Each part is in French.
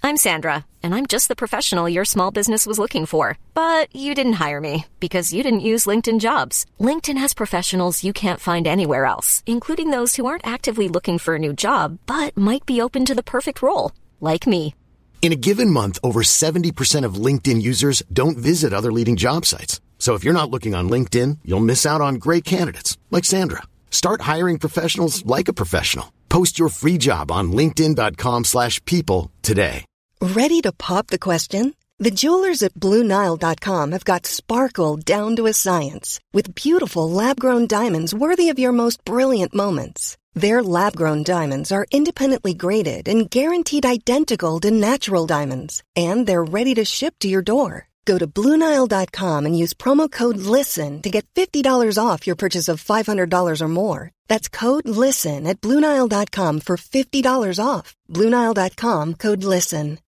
I'm Sandra, and I'm just the professional your small business was looking for. But you didn't hire me because you didn't use LinkedIn Jobs. LinkedIn has professionals you can't find anywhere else, including those who aren't actively looking for a new job, but might be open to the perfect role, like me. In a given month, over 70% of LinkedIn users don't visit other leading job sites. So if you're not looking on LinkedIn, you'll miss out on great candidates like Sandra. Start hiring professionals like a professional. Post your free job on linkedin.com/people today. Ready to pop the question? The jewelers at BlueNile.com have got sparkle down to a science with beautiful lab-grown diamonds worthy of your most brilliant moments. Their lab-grown diamonds are independently graded and guaranteed identical to natural diamonds, and they're ready to ship to your door. Go to BlueNile.com and use promo code LISTEN to get $50 off your purchase of $500 or more. That's code LISTEN at BlueNile.com for $50 off. BlueNile.com, code LISTEN.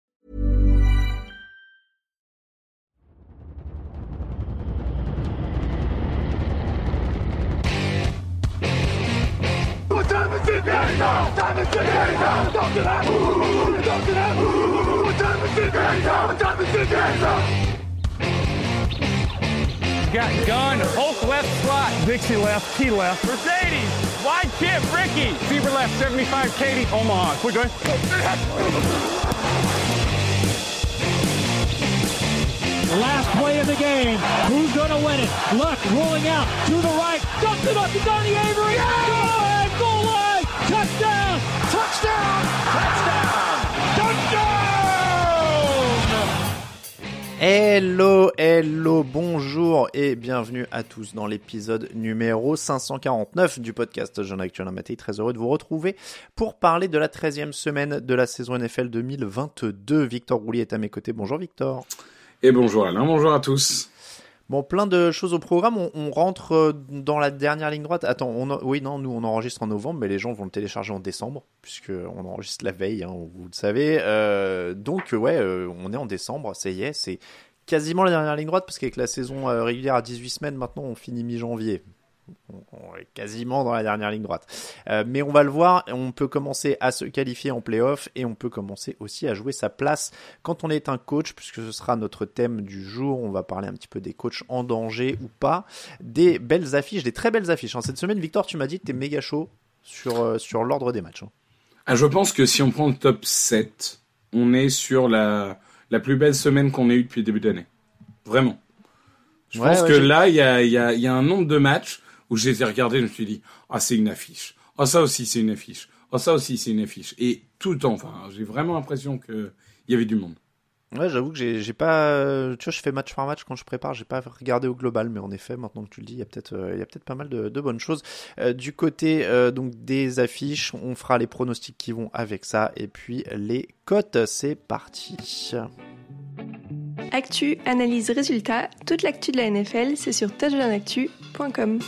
Got gun, Hulk left slot, Dixie left, T left, Mercedes, wide chip, Ricky, Fever left, 75, Katie, Omaha. Quick, go ahead. Last play of the game. Who's going to win it? Luck rolling out to the right. Dumps it up to Donnie Avery. Yeah! Goal line. Touchdown. Touchdown. Touchdown. Touchdown. Hello, bonjour et bienvenue à tous dans l'épisode numéro 549 du podcast Jeune Actuel Maté. Très heureux de vous retrouver pour parler de la 13e semaine de la saison NFL 2022. Victor Roulier est à mes côtés. Bonjour Victor. Et bonjour Alain, bonjour à tous. Bon, plein de choses au programme. On rentre dans la dernière ligne droite. Attends, nous on enregistre en novembre, mais les gens vont le télécharger en décembre, puisqu'on enregistre la veille, hein, vous le savez. On est en décembre, ça y est, c'est quasiment la dernière ligne droite, parce qu'avec la saison régulière à 18 semaines, maintenant on finit mi-janvier. On est quasiment dans la dernière ligne droite. Mais on va le voir, on peut commencer à se qualifier en play-off et on peut commencer aussi à jouer sa place quand on est un coach, puisque ce sera notre thème du jour. On va parler un petit peu des coachs en danger ou pas, des belles affiches, des très belles affiches. Cette semaine, Victor, tu m'as dit que tu es méga chaud sur l'ordre des matchs. Je pense que si on prend le top 7, on est sur la plus belle semaine qu'on ait eue depuis le début d'année. Vraiment. Je pense que là, il y a un nombre de matchs où j'ai regardé, je me suis dit, c'est une affiche. Ça aussi, c'est une affiche. Ça aussi, c'est une affiche. Et tout le temps, j'ai vraiment l'impression qu'il y avait du monde. Ouais, j'avoue que j'ai pas... Tu vois, je fais match par match quand je prépare, j'ai pas regardé au global, mais en effet, maintenant que tu le dis, il y a peut-être pas mal de bonnes choses. Du côté donc des affiches, on fera les pronostics qui vont avec ça, et puis les cotes, c'est parti. Actu, analyse, résultat, toute l'actu de la NFL, c'est sur touchdownactu.com.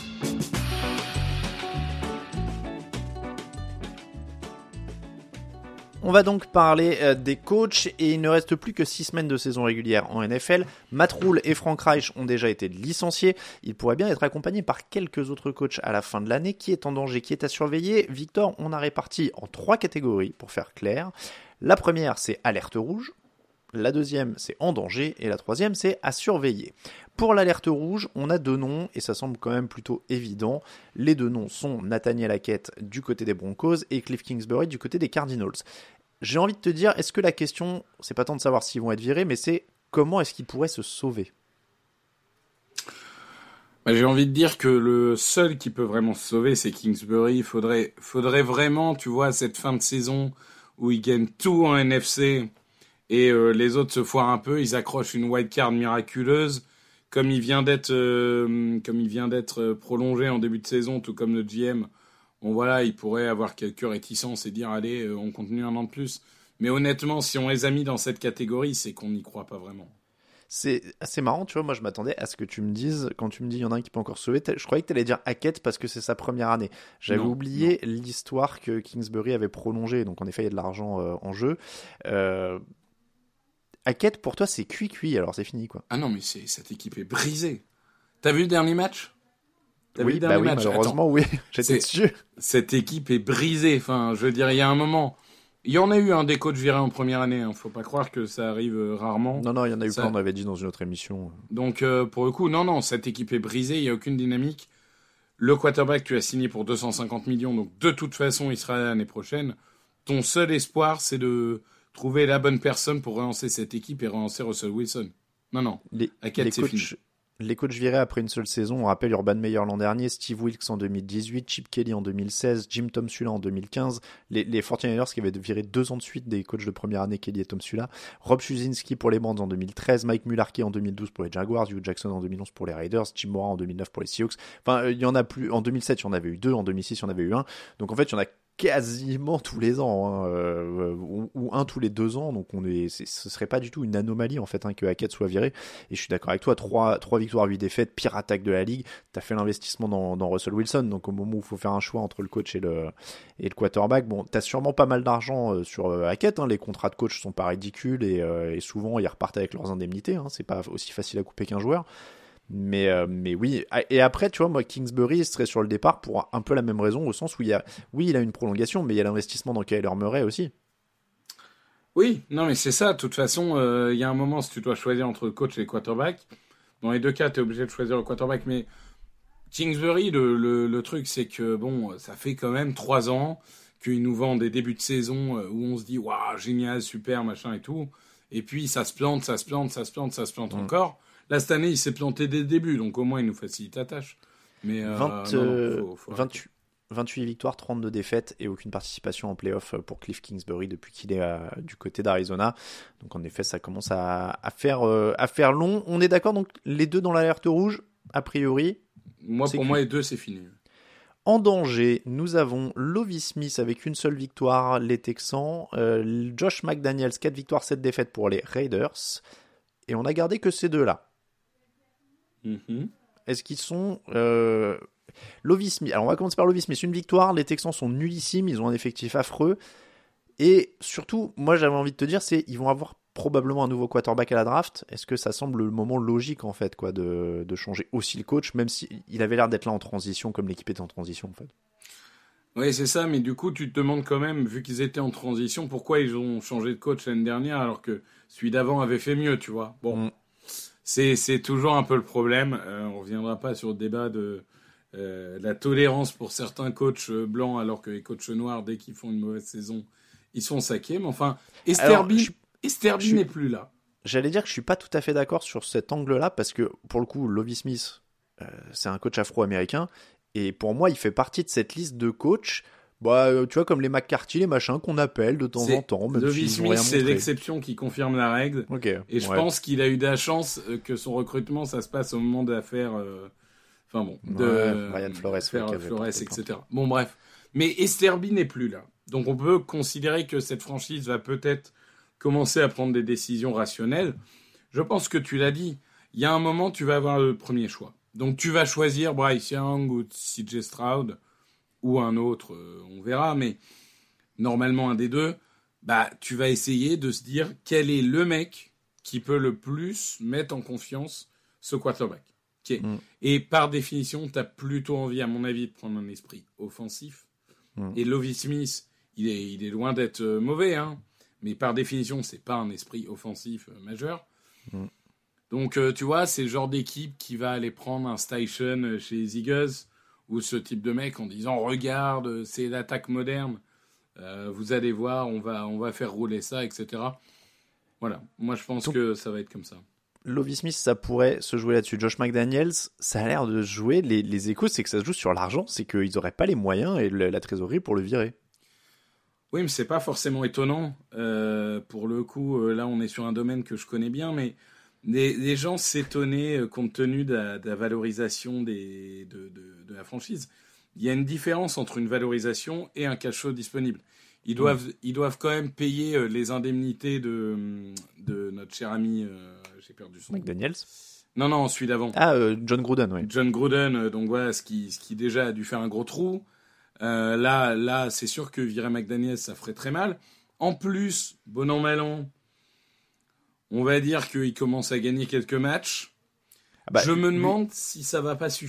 On va donc parler des coachs et il ne reste plus que 6 semaines de saison régulière en NFL. Matt Rhule et Frank Reich ont déjà été licenciés. Ils pourraient bien être accompagnés par quelques autres coachs à la fin de l'année. Qui est en danger, qui est à surveiller? Victor, on a réparti en 3 catégories pour faire clair. La première, c'est alerte rouge. La deuxième, c'est en danger. Et la troisième, c'est à surveiller. Pour l'alerte rouge, on a 2 noms et ça semble quand même plutôt évident. Les 2 noms sont Nathaniel Hackett du côté des Broncos et Cliff Kingsbury du côté des Cardinals. J'ai envie de te dire, est-ce que la question, c'est pas tant de savoir s'ils vont être virés, mais c'est comment est-ce qu'ils pourraient se sauver? J'ai envie de dire que le seul qui peut vraiment se sauver, c'est Kingsbury. Il faudrait vraiment, tu vois, cette fin de saison où ils gagnent tout en NFC et les autres se foirent un peu, ils accrochent une wildcard miraculeuse, comme il vient d'être prolongé en début de saison, tout comme le GM. Bon voilà, il pourrait avoir quelques réticences et dire allez, on continue un an de plus. Mais honnêtement, si on les a mis dans cette catégorie, c'est qu'on n'y croit pas vraiment. C'est assez marrant, tu vois, moi je m'attendais à ce que tu me dises, quand tu me dis il y en a un qui peut encore se sauver, je croyais que tu allais dire Hackett parce que c'est sa première année. J'avais oublié l'histoire que Kingsbury avait prolongée, donc en effet il y a de l'argent en jeu. Hackett, pour toi, c'est cuit, alors c'est fini, quoi. Ah non, mais cette équipe est brisée. T'as vu le dernier match? Oui, malheureusement, oui. J'étais dessus. Cette équipe est brisée. Enfin, je veux dire, il y a un moment, Il y en a eu des coachs virés en première année. Faut pas croire que ça arrive rarement. Non, il y en a eu plein. On avait dit dans une autre émission. Donc pour le coup, non, cette équipe est brisée. Il y a aucune dynamique. Le quarterback, tu as signé pour 250 millions. Donc de toute façon, il sera là l'année prochaine. Ton seul espoir, c'est de trouver la bonne personne pour relancer cette équipe et relancer Russell Wilson. Non. Hackett, c'est fini. Les coachs virés après une seule saison, on rappelle Urban Meyer l'an dernier, Steve Wilkes en 2018, Chip Kelly en 2016, Jim Tomsula en 2015, les 49ers qui avaient viré 2 ans de suite des coachs de première année, Kelly et Tomsula, Rob Schuzinski pour les Brands en 2013, Mike Mularkey en 2012 pour les Jaguars, Hugh Jackson en 2011 pour les Raiders, Jim Mora en 2009 pour les Seahawks. Enfin, il y en a plus. En 2007, il y en avait eu 2, en 2006, il y en avait eu 1. Donc en fait, il y en a quasiment tous les ans, ou 1 tous les 2 ans, donc ce serait pas du tout une anomalie en fait que Hackett soit viré. Et je suis d'accord avec toi, 3 victoires, 8 défaites, pire attaque de la ligue. T'as fait l'investissement dans Russell Wilson, donc au moment où il faut faire un choix entre le coach et le quarterback, bon, t'as sûrement pas mal d'argent sur Hackett. Les contrats de coach sont pas ridicules et souvent ils repartent avec leurs indemnités. C'est pas aussi facile à couper qu'un joueur. Mais oui, et après tu vois, moi Kingsbury serait sur le départ pour un peu la même raison, au sens où il a une prolongation, mais il y a l'investissement dans Kyler Murray aussi. Oui, non mais c'est ça, de toute façon il y a un moment, si tu dois choisir entre le coach et le quarterback, dans les 2 cas tu es obligé de choisir le quarterback, mais Kingsbury, le truc c'est que bon, ça fait quand même 3 ans qu'il nous vend des débuts de saison où on se dit waouh, génial, super, machin et tout, et puis ça se plante encore. Là, cette année, il s'est planté dès le début, donc au moins, il nous facilite la tâche. Mais 28 victoires, 32 défaites et aucune participation en play-off pour Cliff Kingsbury depuis qu'il est du côté d'Arizona. Donc en effet, ça commence à faire long. On est d'accord, donc les 2 dans l'alerte rouge, a priori. Pour moi, les 2, c'est fini. En danger, nous avons Lovie Smith avec une seule victoire, les Texans. Josh McDaniels, 4 victoires, 7 défaites pour les Raiders. Et on a gardé que ces 2-là. Est-ce qu'ils sont Lovie Smith? Alors on va commencer par Lovie Smith. Une victoire, les Texans sont nullissimes, ils ont un effectif affreux. Et surtout, moi j'avais envie de te dire, ils vont avoir probablement un nouveau quarterback à la draft. Est-ce que ça semble le moment logique en fait, quoi, de changer aussi le coach, même s'il avait l'air d'être là en transition, comme l'équipe était en transition en fait. Oui, c'est ça, mais du coup tu te demandes quand même, vu qu'ils étaient en transition, pourquoi ils ont changé de coach l'année dernière alors que celui d'avant avait fait mieux, tu vois. Bon. C'est toujours un peu le problème. On reviendra pas sur le débat de la tolérance pour certains coachs blancs, alors que les coachs noirs, dès qu'ils font une mauvaise saison, ils sont saqués. Mais enfin, Esterby n'est plus là. J'allais dire que je suis pas tout à fait d'accord sur cet angle-là, parce que pour le coup, Lovie Smith, c'est un coach afro-américain, et pour moi, il fait partie de cette liste de coachs. Tu vois, comme les McCarthy, les machins qu'on appelle de temps en temps. Lovie Smith, c'est l'exception qui confirme la règle. Okay, et je pense qu'il a eu de la chance que son recrutement, ça se passe au moment de l'affaire... Ryan Flores, etc. Bon, bref. Mais Esterby n'est plus là. Donc on peut considérer que cette franchise va peut-être commencer à prendre des décisions rationnelles. Je pense que tu l'as dit. Il y a un moment, tu vas avoir le premier choix. Donc tu vas choisir Bryce Young ou CJ Stroud... ou un autre, on verra, mais normalement un des 2, tu vas essayer de se dire quel est le mec qui peut le plus mettre en confiance ce quarterback. Okay. Et par définition, tu as plutôt envie, à mon avis, de prendre un esprit offensif. Et Lovie Smith, il est loin d'être mauvais, mais par définition, c'est pas un esprit offensif majeur. Donc, tu vois, c'est le genre d'équipe qui va aller prendre un station chez les Eagles, ou ce type de mec en disant « Regarde, c'est l'attaque moderne, vous allez voir, on va faire rouler ça, etc. » Voilà, moi je pense que ça va être comme ça. Lovie Smith, ça pourrait se jouer là-dessus. Josh McDaniels, ça a l'air de jouer, les échos, c'est que ça se joue sur l'argent, c'est qu'ils n'auraient pas les moyens et la trésorerie pour le virer. Oui, mais c'est pas forcément étonnant. Pour le coup, là on est sur un domaine que je connais bien, mais les gens s'étonnaient compte tenu de la valorisation de la franchise. Il y a une différence entre une valorisation et un cash flow disponible. Ils doivent quand même payer les indemnités de notre cher ami, j'ai perdu son nom. McDaniels ? Non, celui d'avant. John Gruden, oui. John Gruden, donc voilà, ce qui déjà a dû faire un gros trou. Là, c'est sûr que virer McDaniels, ça ferait très mal. En plus, bon an, mal an, on va dire qu'il commence à gagner quelques matchs. Je me demande si ça va pas suffire.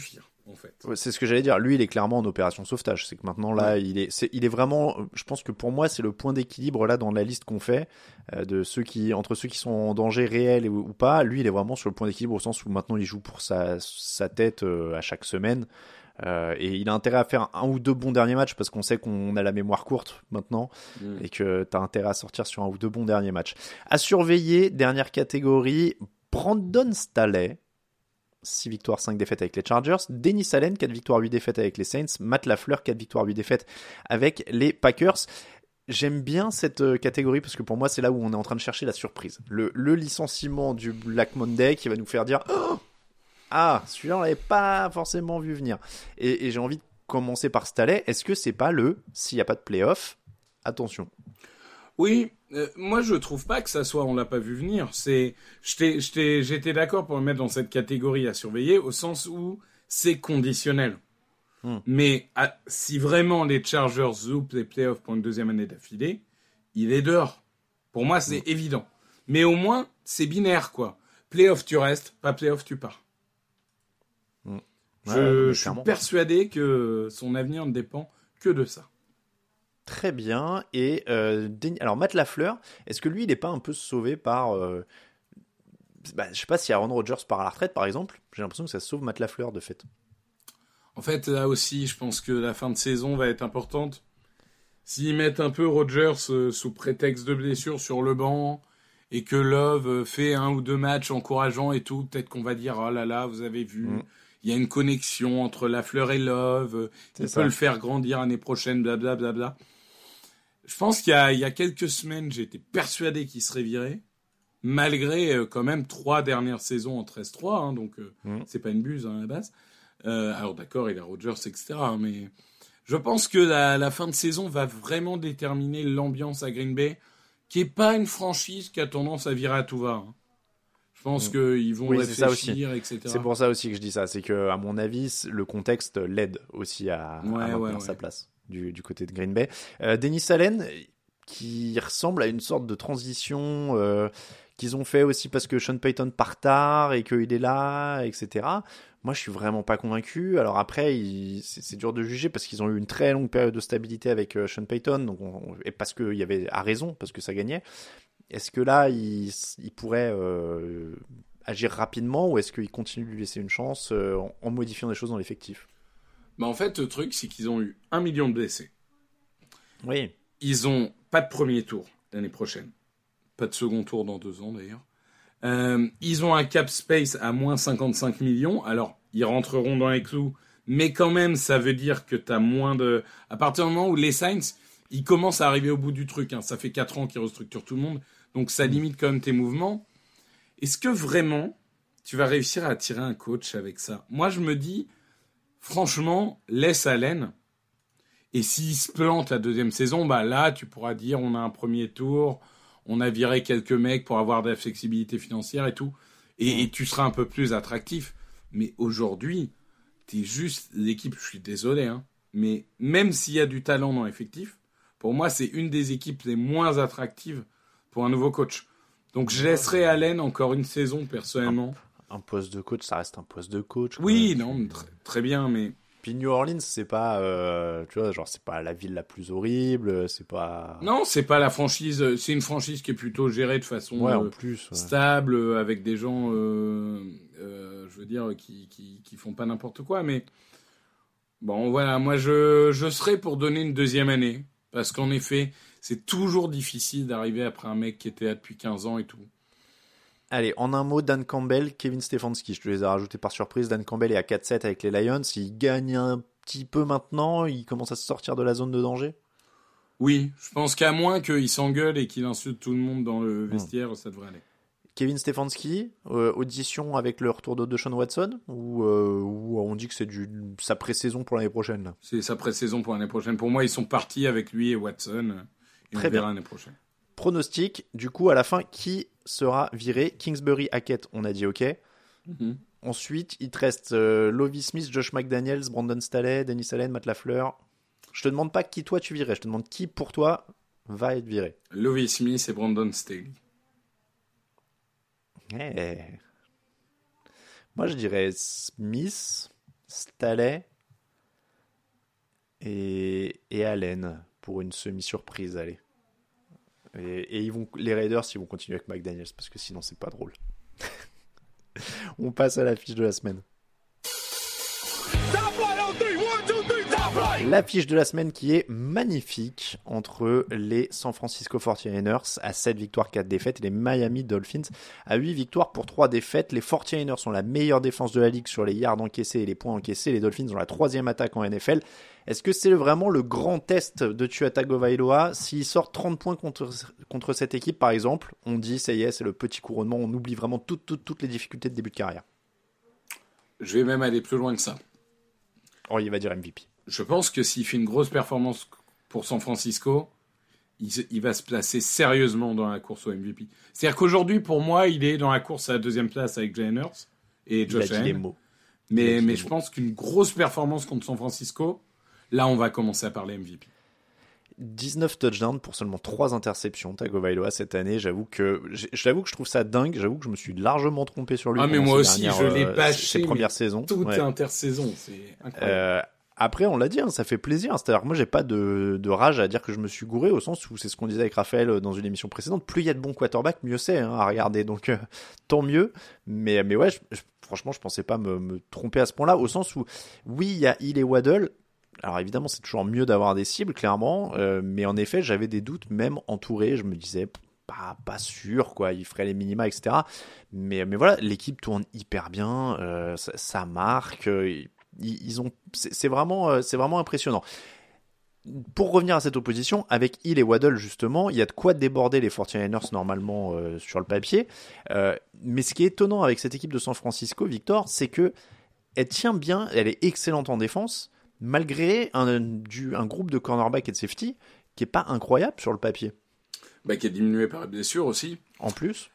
en fait. Ouais, c'est ce que j'allais dire. Lui, il est clairement en opération sauvetage. C'est que maintenant, là, il est vraiment. Je pense que pour moi, c'est le point d'équilibre là dans la liste qu'on fait entre ceux qui sont en danger réel ou pas. Lui, il est vraiment sur le point d'équilibre au sens où maintenant, il joue pour sa tête à chaque semaine. Et il a intérêt à faire un ou deux bons derniers matchs parce qu'on sait qu'on a la mémoire courte maintenant et que t'as intérêt à sortir sur un ou deux bons derniers matchs. À surveiller, dernière catégorie, Brandon Staley, 6 victoires, 5 défaites avec les Chargers. Dennis Allen, 4 victoires, 8 défaites avec les Saints. Matt LaFleur, 4 victoires, 8 défaites avec les Packers. J'aime bien cette catégorie parce que pour moi, c'est là où on est en train de chercher la surprise. Le licenciement du Black Monday qui va nous faire dire oh ah, celui-là, on l'avait pas forcément vu venir. Et j'ai envie de commencer par Staley. Est-ce que c'est pas s'il n'y a pas de playoff, attention. Oui, moi je trouve pas que ça soit on l'a pas vu venir. J'étais d'accord pour le mettre dans cette catégorie à surveiller au sens où c'est conditionnel. Mais si vraiment les Chargers zoupent les playoffs pour une deuxième année d'affilée, il est dehors. Pour moi, c'est évident. Mais au moins, c'est binaire, quoi. Playoff, tu restes, pas playoff, tu pars. Je suis persuadé que son avenir ne dépend que de ça. Très bien. Et alors Matt LaFleur, est-ce que lui, il n'est pas un peu sauvé par... je sais pas si Aaron Rodgers part à la retraite, par exemple. J'ai l'impression que ça sauve Matt LaFleur, de fait. En fait, là aussi, je pense que la fin de saison va être importante. S'ils mettent un peu Rodgers sous prétexte de blessure sur le banc et que Love fait 1 ou 2 matchs encourageants et tout, peut-être qu'on va dire « Oh là là, vous avez vu... Il y a une connexion entre LaFleur et Love. Il peut le faire grandir l'année prochaine, blablabla. Bla, bla. Je pense qu'il y a quelques semaines, j'étais persuadé qu'il serait viré, malgré quand même 3 dernières saisons en 13-3, hein, donc c'est pas une buse à la base. Alors d'accord, il a Rodgers, etc. Mais je pense que la fin de saison va vraiment déterminer l'ambiance à Green Bay, qui est pas une franchise qui a tendance à virer à tout va. Hein. Je pense qu'ils vont réfléchir, etc. C'est pour ça aussi que je dis ça. C'est que, à mon avis, le contexte l'aide aussi à maintenir sa place du côté de Green Bay. Dennis Allen, qui ressemble à une sorte de transition qu'ils ont fait aussi parce que Sean Payton part tard et qu'il est là, etc. Moi, je suis vraiment pas convaincu. Alors après, c'est dur de juger parce qu'ils ont eu une très longue période de stabilité avec Sean Payton, donc et parce qu'il y avait à raison, parce que ça gagnait. Est-ce que là, il pourrait agir rapidement ou est-ce qu'il continue de lui laisser une chance en modifiant des choses dans l'effectif ? En fait, le truc, c'est qu'ils ont eu 1 million de blessés. Oui. Ils ont pas de premier tour l'année prochaine. Pas de second tour dans 2 ans, d'ailleurs. Ils ont un cap space à moins 55 millions. Alors, ils rentreront dans les clous. Mais quand même, ça veut dire que tu as moins de... À partir du moment où les Saints... Ils commencent à arriver au bout du truc. Hein. Ça fait 4 ans qu'ils restructurent tout le monde. Donc, ça limite quand même tes mouvements. Est-ce que vraiment, tu vas réussir à attirer un coach avec ça ? Moi, je me dis, franchement, laisse Allen. Et s'il se plante la 2e saison, là, tu pourras dire, on a un premier tour, on a viré quelques mecs pour avoir de la flexibilité financière et tout. Et tu seras un peu plus attractif. Mais aujourd'hui, t'es juste l'équipe, je suis désolé, hein, mais même s'il y a du talent dans l'effectif, pour moi, c'est une des équipes les moins attractives pour un nouveau coach. Donc, je laisserai Allen encore une saison, personnellement. Un poste de coach, ça reste un poste de coach. Oui, non, très bien, mais... Puis New Orleans, c'est pas, tu vois, genre, c'est pas la ville la plus horrible, c'est pas... Non, c'est pas la franchise, c'est une franchise qui est plutôt gérée de façon en plus, stable, avec des gens, je veux dire, qui font pas n'importe quoi, mais... Bon, voilà, moi, je serais pour donner une 2e année. Parce qu'en effet, c'est toujours difficile d'arriver après un mec qui était là depuis 15 ans et tout. Allez, en un mot, Dan Campbell, Kevin Stefanski. Je te les ai rajoutés par surprise. Dan Campbell est à 4-7 avec les Lions. Il gagne un petit peu maintenant. Il commence à se sortir de la zone de danger. Oui, je pense qu'à moins qu'il s'engueule et qu'il insulte tout le monde dans le vestiaire, ça devrait aller. Kevin Stefanski, audition avec le retour de Deshaun Watson ou on dit que c'est sa pré-saison pour l'année prochaine là. C'est sa pré-saison pour l'année prochaine. Pour moi, ils sont partis avec lui et Watson. Et Très on verra bien. l'année prochaine. Pronostic, du coup, à la fin, qui sera viré ? Kingsbury, Hackett, on a dit OK. Ensuite, il te reste Lovie Smith, Josh McDaniels, Brandon Staley, Dennis Allen, Matt LaFleur. Je te demande pas qui toi tu virais, je te demande qui pour toi va être viré. Lovie Smith et Brandon Staley. Moi, je dirais Smith. Staley et Allen pour une semi-surprise, allez. Et les Raiders, ils vont continuer avec McDaniels parce que sinon c'est pas drôle. On passe à l'affiche de la semaine. L'affiche de la semaine qui est magnifique entre les San Francisco 49ers à 7 victoires, 4 défaites et les Miami Dolphins à 8 victoires pour 3 défaites. Les 49ers sont la meilleure défense de la ligue sur les yards encaissés et les points encaissés. Les Dolphins ont la 3e attaque en NFL. Est-ce que c'est vraiment le grand test de Tua Tagovailoa? S'il sort 30 points contre cette équipe, par exemple, on dit ça y est, c'est le petit couronnement, on oublie vraiment toutes les difficultés de début de carrière. Je vais même aller plus loin que ça. Oh, il va dire MVP. Je pense que s'il fait une grosse performance pour San Francisco, il va se placer sérieusement dans la course au MVP. C'est-à-dire qu'aujourd'hui, pour moi, il est dans la course à la 2e place avec Jalen Hurts et Josh Allen. Mais je pense qu'une grosse performance contre San Francisco, là, on va commencer à parler MVP. 19 touchdowns pour seulement 3 interceptions, Tagovailoa cette année. J'avoue que je trouve ça dingue. J'avoue que je me suis largement trompé sur lui. Ah, mais moi aussi, je l'ai bâché. Ses premières saisons. Toute intersaison, c'est incroyable. Après, on l'a dit, ça fait plaisir. C'est-à-dire que moi, j'ai pas de rage à dire que je me suis gouré, au sens où c'est ce qu'on disait avec Raphaël dans une émission précédente. Plus il y a de bons quarterbacks, mieux c'est à regarder. Donc, tant mieux. Mais ouais, franchement, je pensais pas me tromper à ce point-là, au sens où, oui, il y a Hill et Waddle. Alors évidemment, c'est toujours mieux d'avoir des cibles, clairement. Mais en effet, j'avais des doutes, même entouré. Je me disais, pas sûr, quoi. Il ferait les minima, etc. Mais voilà, l'équipe tourne hyper bien. Ça marque. C'est vraiment impressionnant. Pour revenir à cette opposition, avec Hill et Waddle justement, il y a de quoi déborder les 49ers normalement sur le papier. Mais ce qui est étonnant avec cette équipe de San Francisco, Victor, c'est que elle tient bien, elle est excellente en défense, malgré un groupe de cornerback et de safety qui est pas incroyable sur le papier. Qui est diminué par la blessure aussi. En plus.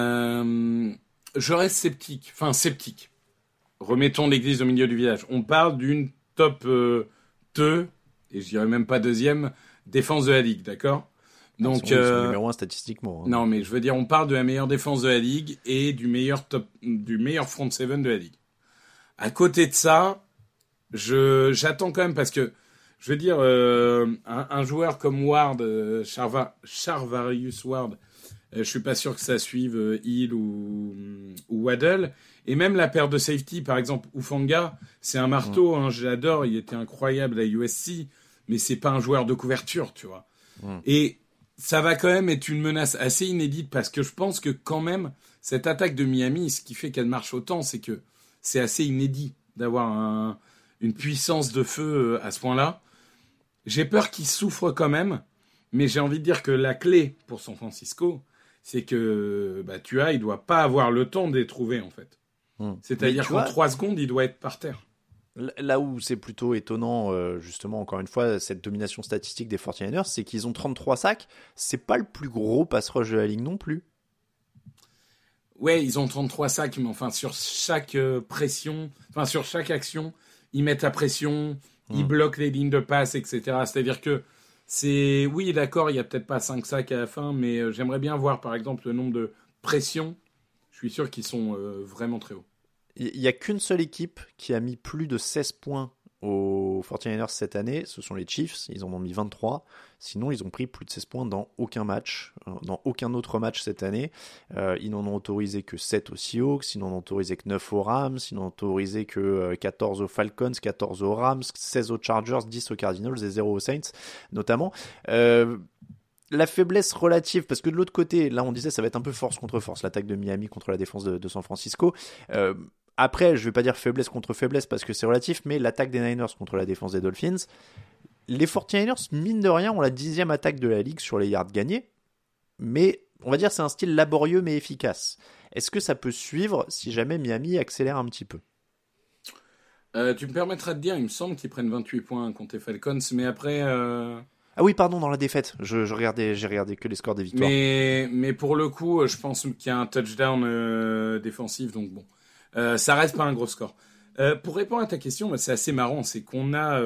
Je reste sceptique. Remettons l'église au milieu du village. On parle d'une top 2, et je dirais même pas 2e, défense de la Ligue, d'accord? Donc, ils sont numéro 1 statistiquement. Non, mais je veux dire, on parle de la meilleure défense de la Ligue et du meilleur front 7 de la Ligue. À côté de ça, j'attends quand même parce que, je veux dire, un joueur comme Ward, Charvarius Ward, je suis pas sûr que ça suive Hill ou Waddle. Et même la paire de safety, par exemple, Hufanga, c'est un marteau, je l'adore, il était incroyable à USC, mais c'est pas un joueur de couverture, tu vois. Et ça va quand même être une menace assez inédite parce que je pense que quand même, cette attaque de Miami, ce qui fait qu'elle marche autant, c'est que c'est assez inédit d'avoir une puissance de feu à ce point-là. J'ai peur qu'il souffre quand même, mais j'ai envie de dire que la clé pour San Francisco, c'est que Tua, il doit pas avoir le temps de les trouver, en fait. C'est-à-dire qu'en 3 secondes, il doit être par terre. Là où c'est plutôt étonnant, justement, encore une fois, cette domination statistique des 49ers, c'est qu'ils ont 33 sacs. C'est pas le plus gros pass rush de la ligue non plus. Ouais, ils ont 33 sacs, mais enfin, sur chaque sur chaque action, ils mettent la pression, ils bloquent les lignes de passe, etc. C'est-à-dire que oui, d'accord, il y a peut-être pas 5 sacs à la fin, mais j'aimerais bien voir, par exemple, le nombre de pressions. Je suis sûr qu'ils sont vraiment très hauts. Il n'y a qu'une seule équipe qui a mis plus de 16 points aux 49ers cette année, ce sont les Chiefs, ils en ont mis 23. Sinon, ils ont pris plus de 16 points dans aucun match, dans aucun autre match cette année. Ils n'en ont autorisé que 7 aux Seahawks, ils n'en ont autorisé que 9 aux Rams, ils n'en ont autorisé que 14 aux Falcons, 14 aux Rams, 16 aux Chargers, 10 aux Cardinals et 0 aux Saints, notamment. La faiblesse relative, parce que de l'autre côté, là on disait ça va être un peu force contre force, l'attaque de Miami contre la défense de San Francisco. Après, je vais pas dire faiblesse contre faiblesse parce que c'est relatif, mais l'attaque des Niners contre la défense des Dolphins, les 49ers, mine de rien, ont la 10e attaque de la ligue sur les yards gagnés, mais on va dire c'est un style laborieux mais efficace. Est-ce que ça peut suivre si jamais Miami accélère un petit peu? Tu me permettras de dire, il me semble qu'ils prennent 28 points contre les Falcons, mais après... Ah oui, pardon, dans la défaite. J'ai regardé que les scores des victoires. Mais pour le coup, je pense qu'il y a un touchdown défensif, donc bon. Ça reste pas un gros score. Pour répondre à ta question, c'est assez marrant, c'est qu'on a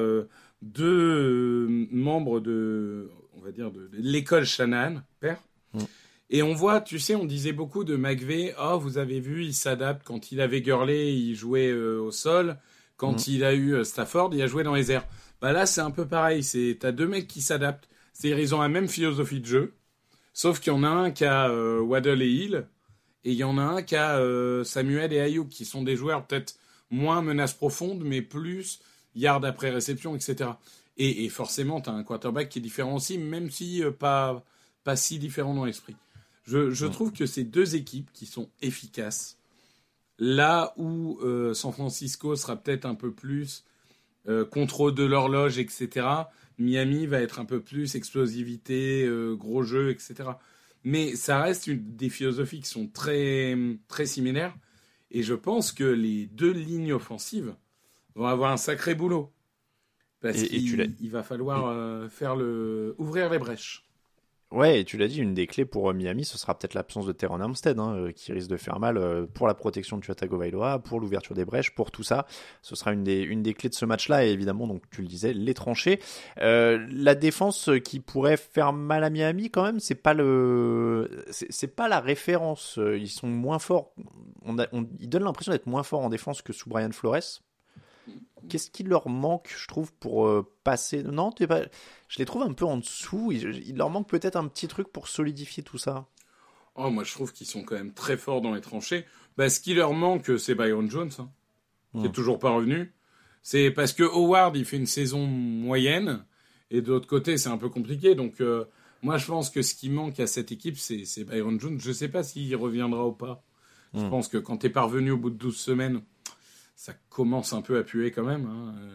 2 membres de l'école Shanahan, père. Et on voit, tu sais, on disait beaucoup de McVay, vous avez vu, il s'adapte. Quand il avait Gurley, il jouait au sol. Quand il a eu Stafford, il a joué dans les airs. Bah là, c'est un peu pareil. T'as 2 mecs qui s'adaptent. C'est-à-dire, ils ont la même philosophie de jeu, sauf qu'il y en a un qui a Waddle et Hill, et il y en a un qui a Samuel et Ayuk, qui sont des joueurs peut-être moins menace profonde, mais plus yards après réception, etc. Et forcément, t'as un quarterback qui est différent aussi, même si pas si différent dans l'esprit. Je trouve que ces 2 équipes qui sont efficaces, là où San Francisco sera peut-être un peu plus contrôle de l'horloge, etc., Miami va être un peu plus explosivité, gros jeu, etc. Mais ça reste des philosophies qui sont très, très similaires. Et je pense que les 2 lignes offensives vont avoir un sacré boulot. Parce qu'il va falloir ouvrir les brèches. Ouais, et tu l'as dit, une des clés pour Miami, ce sera peut-être l'absence de Terron Armstead, qui risque de faire mal pour la protection de Tua Tagovailoa, pour l'ouverture des brèches, pour tout ça. Ce sera une des clés de ce match-là, et évidemment, donc tu le disais, les tranchées. La défense qui pourrait faire mal à Miami, quand même, c'est pas la référence. Ils sont moins forts. Ils donnent l'impression d'être moins forts en défense que sous Brian Flores. Qu'est-ce qui leur manque, je trouve, pour passer... Non, je les trouve un peu en dessous. Il leur manque peut-être un petit truc pour solidifier tout ça. Oh, moi, je trouve qu'ils sont quand même très forts dans les tranchées. Ce qui leur manque, c'est Byron Jones, qui est toujours pas revenu. C'est parce que Howard, il fait une saison moyenne, et de l'autre côté, c'est un peu compliqué. Donc, moi, je pense que ce qui manque à cette équipe, c'est Byron Jones. Je sais pas s'il reviendra ou pas. Je pense que quand t'es pas revenu au bout de 12 semaines... ça commence un peu à puer quand même,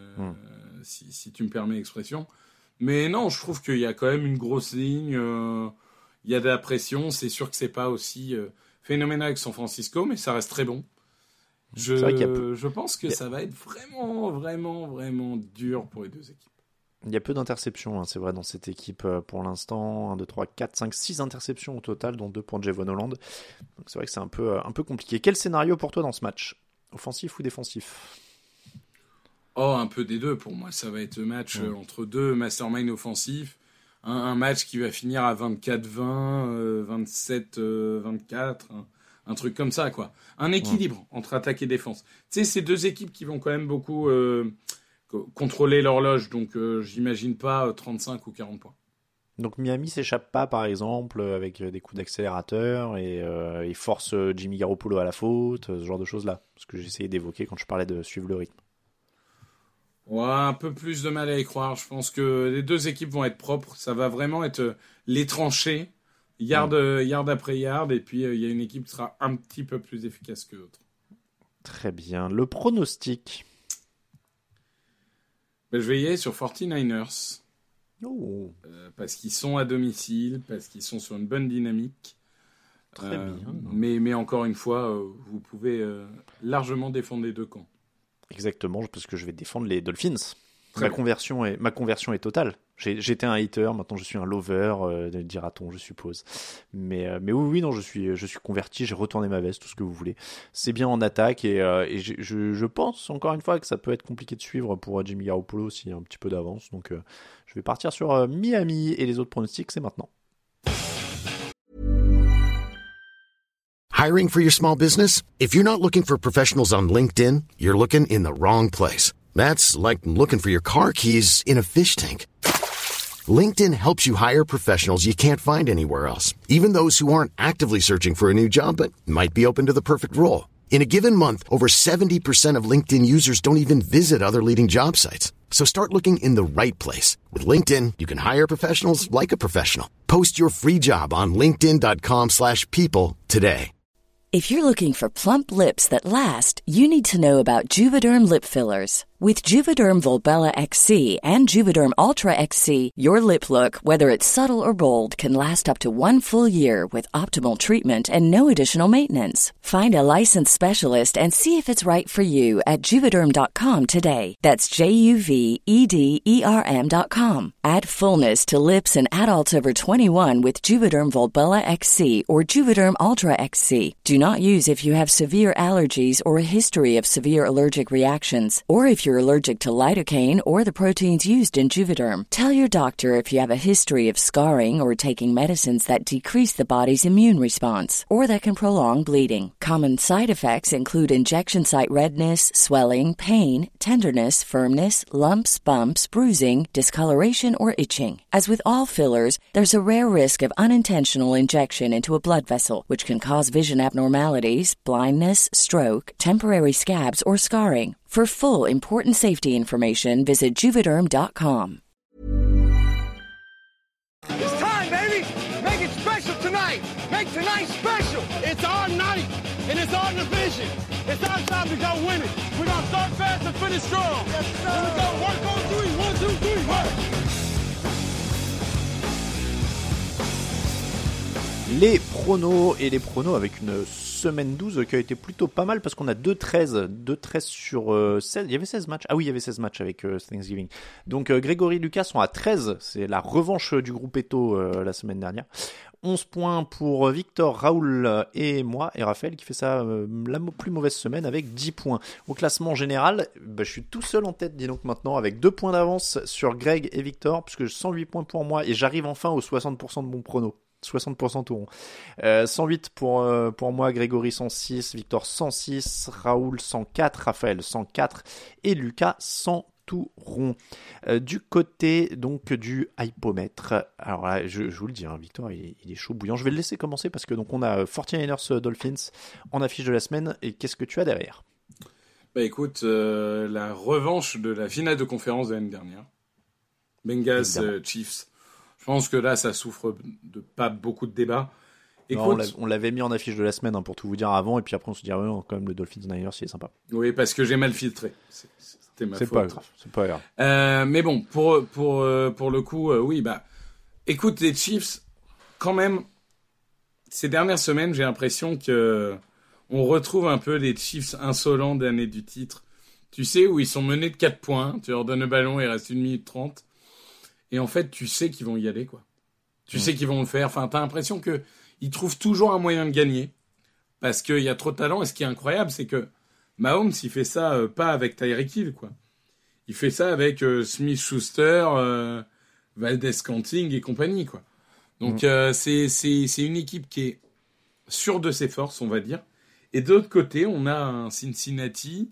si tu me permets l'expression. Mais non, je trouve qu'il y a quand même une grosse ligne, il y a de la pression, c'est sûr que c'est pas aussi phénoménal que San Francisco, mais ça reste très bon. Je pense que ça va être vraiment, vraiment, vraiment dur pour les 2 équipes. Il y a peu d'interceptions, c'est vrai, dans cette équipe pour l'instant. 1, 2, 3, 4, 5, 6 interceptions au total, dont 2 pour Javon Holland. Donc c'est vrai que c'est un peu compliqué. Quel scénario pour toi dans ce match ? Offensif ou défensif ? Un peu des 2. Pour moi, ça va être le match entre 2 masterminds offensifs. Un match qui va finir à 24-20, 27-24, un truc comme ça, quoi. Un équilibre entre attaque et défense. Tu sais, c'est 2 équipes qui vont quand même beaucoup contrôler l'horloge. Donc, j'imagine pas 35 ou 40 points. Donc Miami s'échappe pas, par exemple, avec des coups d'accélérateur et force Jimmy Garoppolo à la faute, ce genre de choses-là. Ce que j'essayais d'évoquer quand je parlais de suivre le rythme. Ouais, un peu plus de mal à y croire. Je pense que les 2 équipes vont être propres. Ça va vraiment être les tranchées, yard après yard, et puis il y a une équipe qui sera un petit peu plus efficace que l'autre. Très bien. Le pronostic ? Je vais y aller sur 49ers. Oh. Parce qu'ils sont à domicile, parce qu'ils sont sur une bonne dynamique. Très bien. Mais encore une fois, vous pouvez largement défendre les 2 camps. Exactement, parce que je vais défendre les Dolphins. Ma conversion est totale. J'étais un hater, maintenant je suis un lover, dira-t-on, je suppose. Mais oui, non, je suis converti, j'ai retourné ma veste, tout ce que vous voulez. C'est bien en attaque et je pense encore une fois que ça peut être compliqué de suivre pour Jimmy Garoppolo s'il y a un petit peu d'avance. Donc je vais partir sur Miami et les autres pronostics, c'est maintenant. Hiring for your small business? If you're not looking for professionals on LinkedIn, you're looking in the wrong place. That's like looking for your car keys in a fish tank. LinkedIn helps you hire professionals you can't find anywhere else, even those who aren't actively searching for a new job but might be open to the perfect role. In a given month, over 70% of LinkedIn users don't even visit other leading job sites. So start looking in the right place. With LinkedIn, you can hire professionals like a professional. Post your free job on linkedin.com/people today. If you're looking for plump lips that last, you need to know about Juvederm lip fillers. With Juvederm Volbella XC and Juvederm Ultra XC, your lip look, whether it's subtle or bold, can last up to 1 full year with optimal treatment and no additional maintenance. Find a licensed specialist and see if it's right for you at Juvederm.com today. That's JUVEDERM.com. Add fullness to lips in adults over 21 with Juvederm Volbella XC or Juvederm Ultra XC. Do not use if you have severe allergies or a history of severe allergic reactions, or if you're allergic to lidocaine or the proteins used in Juvederm. Tell your doctor if you have a history of scarring or taking medicines that decrease the body's immune response or that can prolong bleeding. Common side effects include injection site redness, swelling, pain, tenderness, firmness, lumps, bumps, bruising, discoloration, or itching. As with all fillers, there's a rare risk of unintentional injection into a blood vessel, which can cause vision abnormalities, blindness, stroke, temporary scabs, or scarring. For full, important safety information, visit Juvederm.com. It's time, baby! Make it special tonight! Make tonight special! It's our night, and it's our division. It's our time to go win it. We're gonna start fast and finish strong. Yes, sir. Here we go, work on three. 1, 2, 3, work! Les pronos avec une semaine 12 qui a été plutôt pas mal parce qu'on a 2-13 sur 16. Il y avait 16 matchs. Ah oui, il y avait 16 matchs avec Thanksgiving. Donc Grégory et Lucas sont à 13. C'est la revanche du groupe Eto la semaine dernière. 11 points pour Victor, Raoul et moi, et Raphaël qui fait ça la plus mauvaise semaine avec 10 points. Au classement général, je suis tout seul en tête, dis donc maintenant, avec 2 points d'avance sur Greg et Victor, puisque 108 points pour moi, et j'arrive enfin aux 60% de mon prono. 60% tout rond. 108 pour moi, Grégory 106, Victor 106, Raoul 104, Raphaël 104 et Lucas 100 tout rond. Du côté donc du hypomètre, alors là je vous le dis, hein, Victor il est chaud bouillant. Je vais le laisser commencer parce que donc on a 49ers Dolphins en affiche de la semaine. Et qu'est-ce que tu as derrière? Bah écoute, la revanche de la finale de conférence de l'année dernière. Bengals Chiefs. Je pense que là, ça souffre de pas beaucoup de débats. Écoute, non, on l'avait mis en affiche de la semaine hein, pour tout vous dire avant, et puis après on se dit non, quand même le Dolphins Niners, c'est sympa. Oui, parce que j'ai mal filtré. C'était ma faute. C'est pas grave. Mais bon, pour le coup, oui, bah, écoute, les Chiefs, quand même, ces dernières semaines, j'ai l'impression que on retrouve un peu les Chiefs insolents d'année du titre. Tu sais, où ils sont menés de 4 points, tu leur donnes le ballon, il reste 1 minute 30. Et en fait, tu sais qu'ils vont y aller, quoi. Tu sais qu'ils vont le faire. Enfin, t'as l'impression qu'ils trouvent toujours un moyen de gagner. Parce qu'il y a trop de talent. Et ce qui est incroyable, c'est que Mahomes, il fait ça pas avec Tyreek Hill, quoi. Il fait ça avec Smith-Schuster, Valdez-Scantling et compagnie, quoi. Donc, c'est une équipe qui est sûre de ses forces, on va dire. Et de l'autre côté, on a un Cincinnati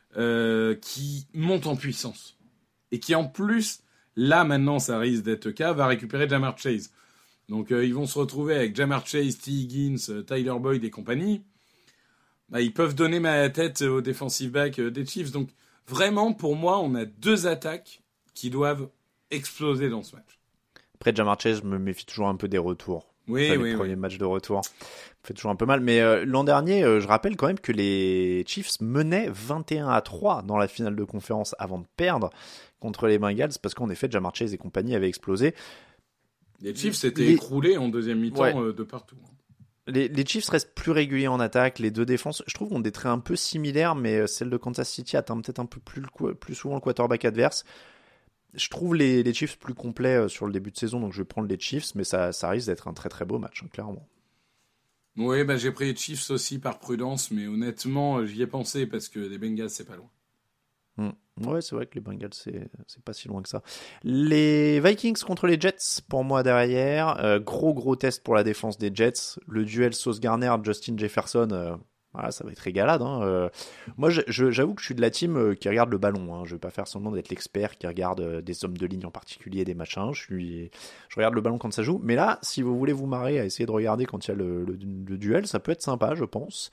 qui monte en puissance. Et qui, en plus... Là, maintenant, ça risque d'être le cas, va récupérer Ja'Marr Chase. Donc, ils vont se retrouver avec Ja'Marr Chase, T. Higgins, Tyler Boyd et compagnie. Bah, ils peuvent donner ma tête au defensive back des Chiefs. Donc, vraiment, pour moi, on a 2 attaques qui doivent exploser dans ce match. Après, Ja'Marr Chase, je me méfie toujours un peu des retours. Oui. Les premiers matchs de retour. Ça fait toujours un peu mal. Mais l'an dernier, je rappelle quand même que les Chiefs menaient 21-3 dans la finale de conférence avant de perdre contre les Bengals, parce qu'en effet, Ja'Marr Chase et compagnie avaient explosé. Les Chiefs s'étaient écroulés en deuxième mi-temps de partout. Les Chiefs restent plus réguliers en attaque, les deux défenses, je trouve, ont des traits un peu similaires, mais celle de Kansas City atteint peut-être un peu plus souvent le quarterback adverse. Je trouve les Chiefs plus complets sur le début de saison, donc je vais prendre les Chiefs, mais ça risque d'être un très très beau match, hein, clairement. Oui, bah, j'ai pris les Chiefs aussi par prudence, mais honnêtement, j'y ai pensé parce que les Bengals, c'est pas loin. Ouais, c'est vrai que les Bengals, c'est pas si loin que ça. Les Vikings contre les Jets, pour moi, derrière. Gros test pour la défense des Jets. Le duel Sauce Gardner, Justin Jefferson, voilà, ça va être régalade. Hein. Moi, j'avoue que je suis de la team qui regarde le ballon. Hein. Je vais pas faire semblant d'être l'expert qui regarde des hommes de ligne en particulier, des machins. Je regarde le ballon quand ça joue. Mais là, si vous voulez vous marrer à essayer de regarder quand il y a le duel, ça peut être sympa, je pense.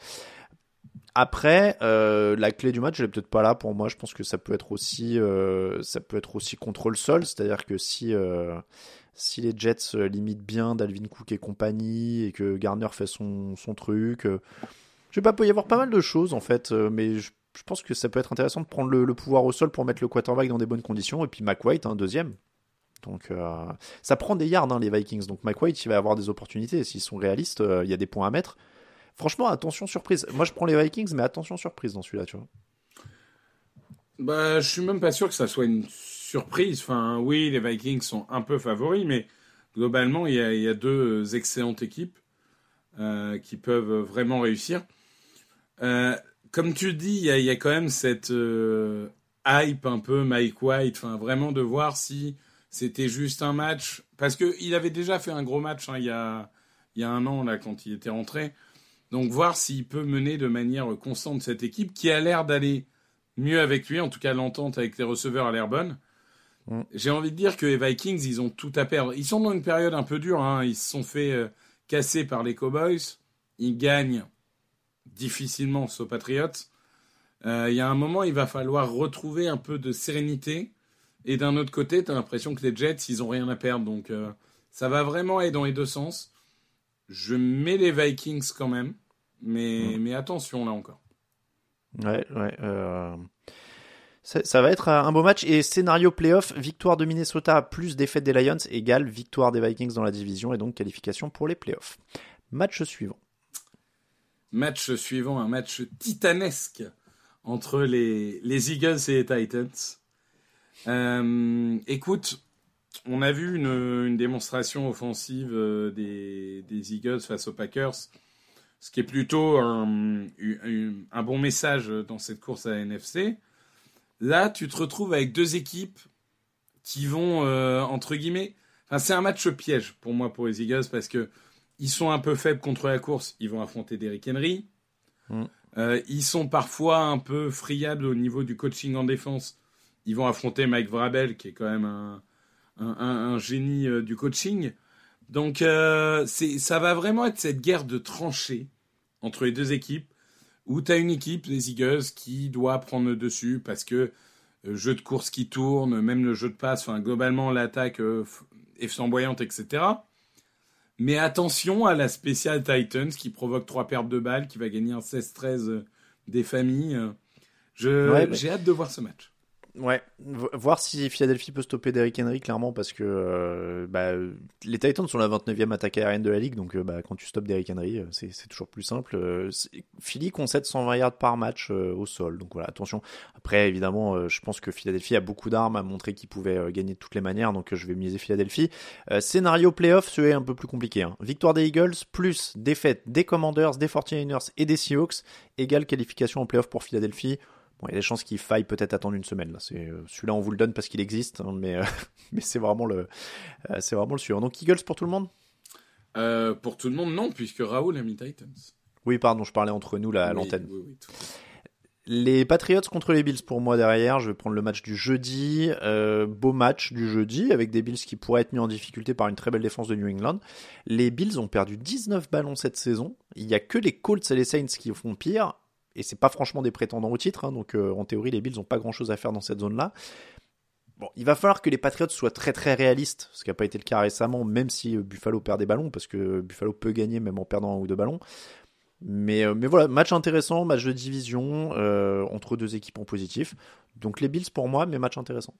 Après, la clé du match, elle est peut-être pas là pour moi. Je pense que ça peut être aussi contre le sol, c'est-à-dire que si les Jets limitent bien Dalvin Cook et compagnie et que Garner fait son truc, je sais pas, peut y avoir pas mal de choses en fait, mais je pense que ça peut être intéressant de prendre le pouvoir au sol pour mettre le quarterback dans des bonnes conditions, et puis McWhite, deuxième. Donc ça prend des yards, les Vikings. Donc McWhite, il va avoir des opportunités. S'ils sont réalistes, il y a des points à mettre. Franchement, attention surprise. Moi, je prends les Vikings, mais attention surprise dans celui-là, tu vois. Bah, je suis même pas sûr que ça soit une surprise. Enfin, oui, les Vikings sont un peu favoris, mais globalement, il y a 2 excellentes équipes qui peuvent vraiment réussir. Comme tu dis, il y a quand même cette hype un peu Mike White, enfin, vraiment de voir si c'était juste un match. Parce qu'il avait déjà fait un gros match il y a 1 an, là, quand il était rentré. Donc voir s'il peut mener de manière constante cette équipe qui a l'air d'aller mieux avec lui. En tout cas, l'entente avec les receveurs a l'air bonne. J'ai envie de dire que les Vikings, ils ont tout à perdre. Ils sont dans une période un peu dure. Hein. Ils se sont fait casser par les Cowboys. Ils gagnent difficilement aux Patriots. Il y a un moment, il va falloir retrouver un peu de sérénité. Et d'un autre côté, tu as l'impression que les Jets, ils n'ont rien à perdre. Donc, ça va vraiment aller dans les deux sens. Je mets les Vikings quand même. Mais attention, là encore. Ouais. Ça va être un beau match. Et scénario playoff, victoire de Minnesota plus défaite des Lions égale victoire des Vikings dans la division et donc qualification pour les playoffs. Match suivant, un match titanesque entre les Eagles et les Titans. Écoute, on a vu une démonstration offensive des Eagles face aux Packers, ce qui est plutôt un bon message dans cette course à la NFC. Là, tu te retrouves avec deux équipes qui vont, entre guillemets... Enfin, c'est un match piège pour moi, pour les Eagles, parce que ils sont un peu faibles contre la course. Ils vont affronter Derrick Henry. Ils sont parfois un peu friables au niveau du coaching en défense. Ils vont affronter Mike Vrabel, qui est quand même un génie du coaching. Donc, ça va vraiment être cette guerre de tranchées entre les deux équipes, où tu as une équipe, les Eagles, qui doit prendre le dessus parce que jeu de course qui tourne, même le jeu de passe, enfin, globalement, l'attaque est flamboyante, etc. Mais attention à la spéciale Titans qui provoque 3 pertes de balles, qui va gagner un 16-13 des familles. J'ai hâte de voir ce match. Ouais, voir si Philadelphie peut stopper Derrick Henry, clairement, parce que les Titans sont la 29e attaque aérienne de la ligue, donc quand tu stoppes Derrick Henry, c'est toujours plus simple. Philly concède 120 yards par match au sol, donc voilà, attention. Après, évidemment, je pense que Philadelphie a beaucoup d'armes à montrer qu'ils pouvaient gagner de toutes les manières, donc je vais miser Philadelphie. Scénario playoff, c'est un peu plus compliqué. Hein. Victoire des Eagles, plus défaite des Commanders, des 49ers et des Seahawks, égale qualification en playoff pour Philadelphie. Bon, il y a des chances qu'il faille peut-être attendre une semaine. Là. Celui-là, on vous le donne parce qu'il existe, hein, mais c'est vraiment le suivant. Donc, Eagles pour tout le monde ? Pour tout le monde, non, puisque Raoul a mis Titans. Oui, pardon, je parlais entre nous là, à l'antenne. Oui, tout à fait. Les Patriots contre les Bills pour moi derrière. Je vais prendre le match du jeudi. Beau match du jeudi avec des Bills qui pourraient être mis en difficulté par une très belle défense de New England. Les Bills ont perdu 19 ballons cette saison. Il n'y a que les Colts et les Saints qui font pire. Et c'est pas franchement des prétendants au titre, hein, donc en théorie les Bills n'ont pas grand chose à faire dans cette zone-là. Bon, il va falloir que les Patriots soient très très réalistes, ce qui n'a pas été le cas récemment, même si Buffalo perd des ballons, parce que Buffalo peut gagner même en perdant 1 ou 2 ballons. Mais voilà, match intéressant, match de division entre deux équipes en positif. Donc les Bills pour moi, mais match intéressant.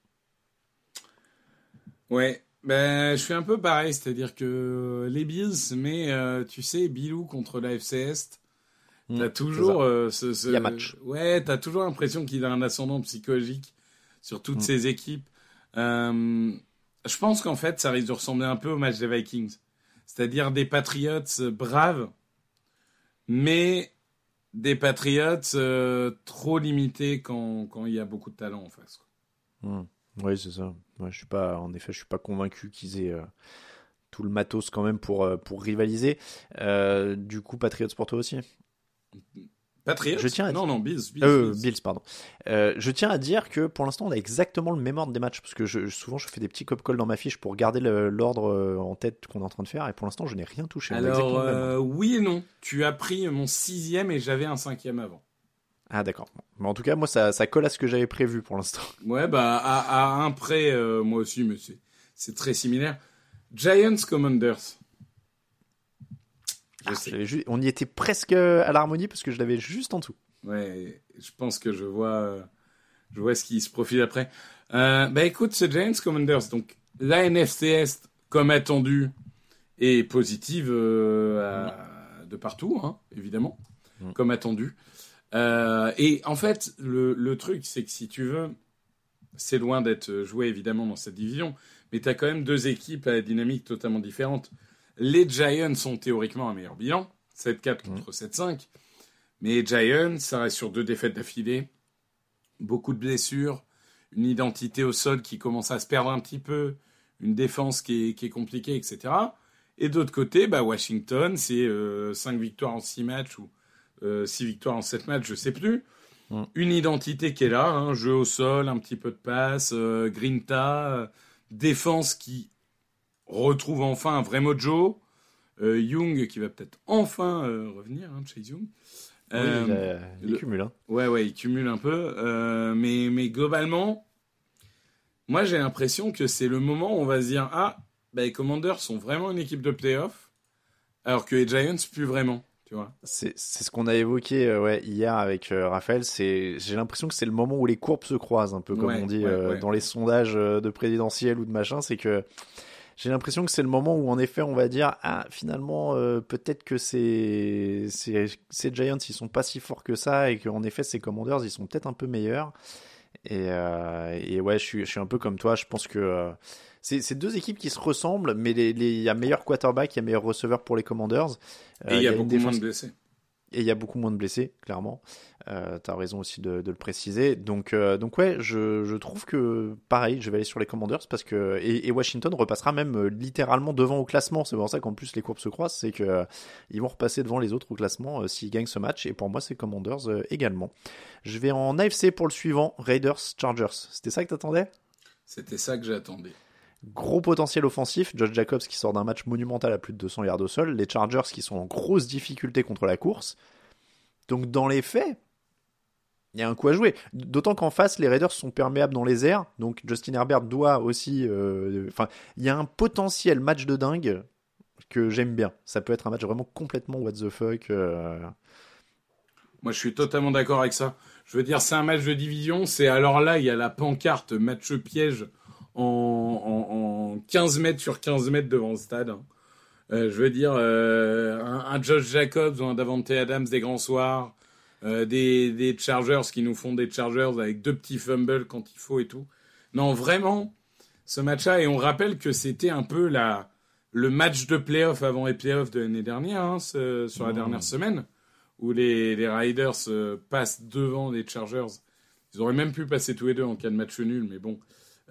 Ouais, je suis un peu pareil, c'est-à-dire que les Bills, mais tu sais, Bilou contre la FC Est. T'as toujours il y a match. Ouais, t'as toujours l'impression qu'il a un ascendant psychologique sur toutes ces équipes. Je pense qu'en fait, ça risque de ressembler un peu au match des Vikings. C'est-à-dire des Patriots braves, mais des Patriots trop limités quand il y a beaucoup de talent en face. Oui, c'est ça. Ouais, je suis pas convaincu qu'ils aient tout le matos quand même pour rivaliser. Du coup, Patriots pour toi aussi. Patriots ? Non, Bills. Bills, pardon. Je tiens à dire que pour l'instant, on a exactement le même ordre des matchs, parce que souvent, je fais des petits cop-calls dans ma fiche pour garder l'ordre en tête qu'on est en train de faire, et pour l'instant, je n'ai rien touché. Alors, oui et non. Tu as pris mon 6e et j'avais un 5e avant. Ah, d'accord. Mais en tout cas, moi, ça colle à ce que j'avais prévu pour l'instant. Ouais, à un près, moi aussi, mais c'est très similaire. Giants Commanders. On y était presque à l'harmonie parce que je l'avais juste en dessous. Ouais, je pense que je vois ce qui se profile après. Écoute, c'est Giants Commanders. Donc, la NFC Est, comme attendu, est positive de partout, hein, évidemment, comme attendu. Et en fait, le truc, c'est que si tu veux, c'est loin d'être joué, évidemment, dans cette division, mais tu as quand même deux équipes à la dynamique totalement différente. Les Giants ont théoriquement un meilleur bilan, 7-4 contre 7-5. Mais les Giants, ça reste sur 2 défaites d'affilée. Beaucoup de blessures, une identité au sol qui commence à se perdre un petit peu, une défense qui est compliquée, etc. Et d'autre côté, Washington, c'est 5 victoires en 6 matchs ou 6 victoires en 7 matchs, je sais plus. Une identité qui est là, jeu au sol, un petit peu de passe, grinta, défense qui retrouve enfin un vrai mojo. Young qui va peut-être enfin revenir, Chase Young. Il cumule. Ouais, il cumule un peu. Mais globalement, moi j'ai l'impression que c'est le moment où on va se dire les Commanders sont vraiment une équipe de playoff, alors que les Giants plus vraiment. Tu vois. C'est ce qu'on a évoqué hier avec Raphaël. J'ai l'impression que c'est le moment où les courbes se croisent, un peu comme on dit dans les sondages de présidentiel ou de machin. C'est que j'ai l'impression que c'est le moment où en effet on va dire finalement peut-être que ces Giants ils sont pas si forts que ça et qu'en effet ces Commanders ils sont peut-être un peu meilleurs. Et ouais, je suis un peu comme toi. Je pense que c'est deux équipes qui se ressemblent, mais il y a meilleur quarterback, il y a meilleur receveur pour les Commanders. Et il y a beaucoup moins de blessés. Et il y a beaucoup moins de blessés, clairement. T'as raison aussi de le préciser. Donc ouais, je trouve que pareil, je vais aller sur les Commanders parce que et Washington repassera même littéralement devant au classement. C'est pour ça qu'en plus les courbes se croisent, c'est que ils vont repasser devant les autres au classement s'ils gagnent ce match. Et pour moi, c'est Commanders également. Je vais en AFC pour le suivant, Raiders Chargers. C'était ça que t'attendais ? C'était ça que j'attendais. Gros potentiel offensif, Josh Jacobs qui sort d'un match monumental à plus de 200 yards au sol, les Chargers qui sont en grosse difficulté contre la course. Donc dans les faits, il y a un coup à jouer. D'autant qu'en face, les Raiders sont perméables dans les airs, donc Justin Herbert doit aussi... il y a un potentiel match de dingue que j'aime bien. Ça peut être un match vraiment complètement what the fuck. Moi, je suis totalement d'accord avec ça. Je veux dire, c'est un match de division. Alors là, il y a la pancarte match piège en 15 mètres sur 15 mètres devant le stade. Je veux dire, un Josh Jacobs ou un Davante Adams des grands soirs, des Chargers qui nous font des Chargers avec 2 petits fumbles quand il faut et tout. Non, vraiment, ce match-là, et on rappelle que c'était un peu le match de play-off avant les play-offs de l'année dernière, sur la dernière semaine, où les Raiders passent devant les Chargers. Ils auraient même pu passer tous les deux en cas de match nul, mais bon,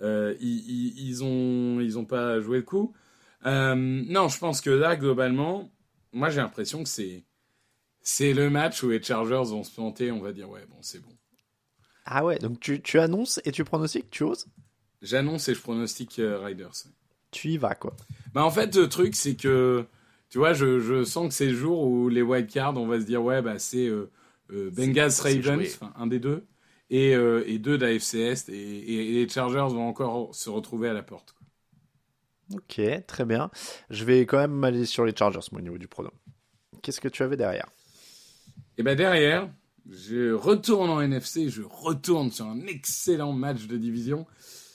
ils ont pas joué le coup. Non, je pense que là, globalement, moi j'ai l'impression que c'est le match où les Chargers vont se planter, on va dire ouais, bon, c'est bon. Ah ouais, donc tu annonces et tu pronostiques, tu oses ? J'annonce et je pronostique Raiders. Tu y vas, quoi. En fait, le truc, c'est que, tu vois, je sens que c'est le jour où les wildcards, on va se dire, ouais, c'est Bengals Ravens, un des deux, et 2 d'AFC Est, et les Chargers vont encore se retrouver à la porte. Ok, très bien. Je vais quand même aller sur les Chargers, moi, au niveau du pronom. Qu'est-ce que tu avais derrière ? Et derrière, je retourne en NFC, je retourne sur un excellent match de division.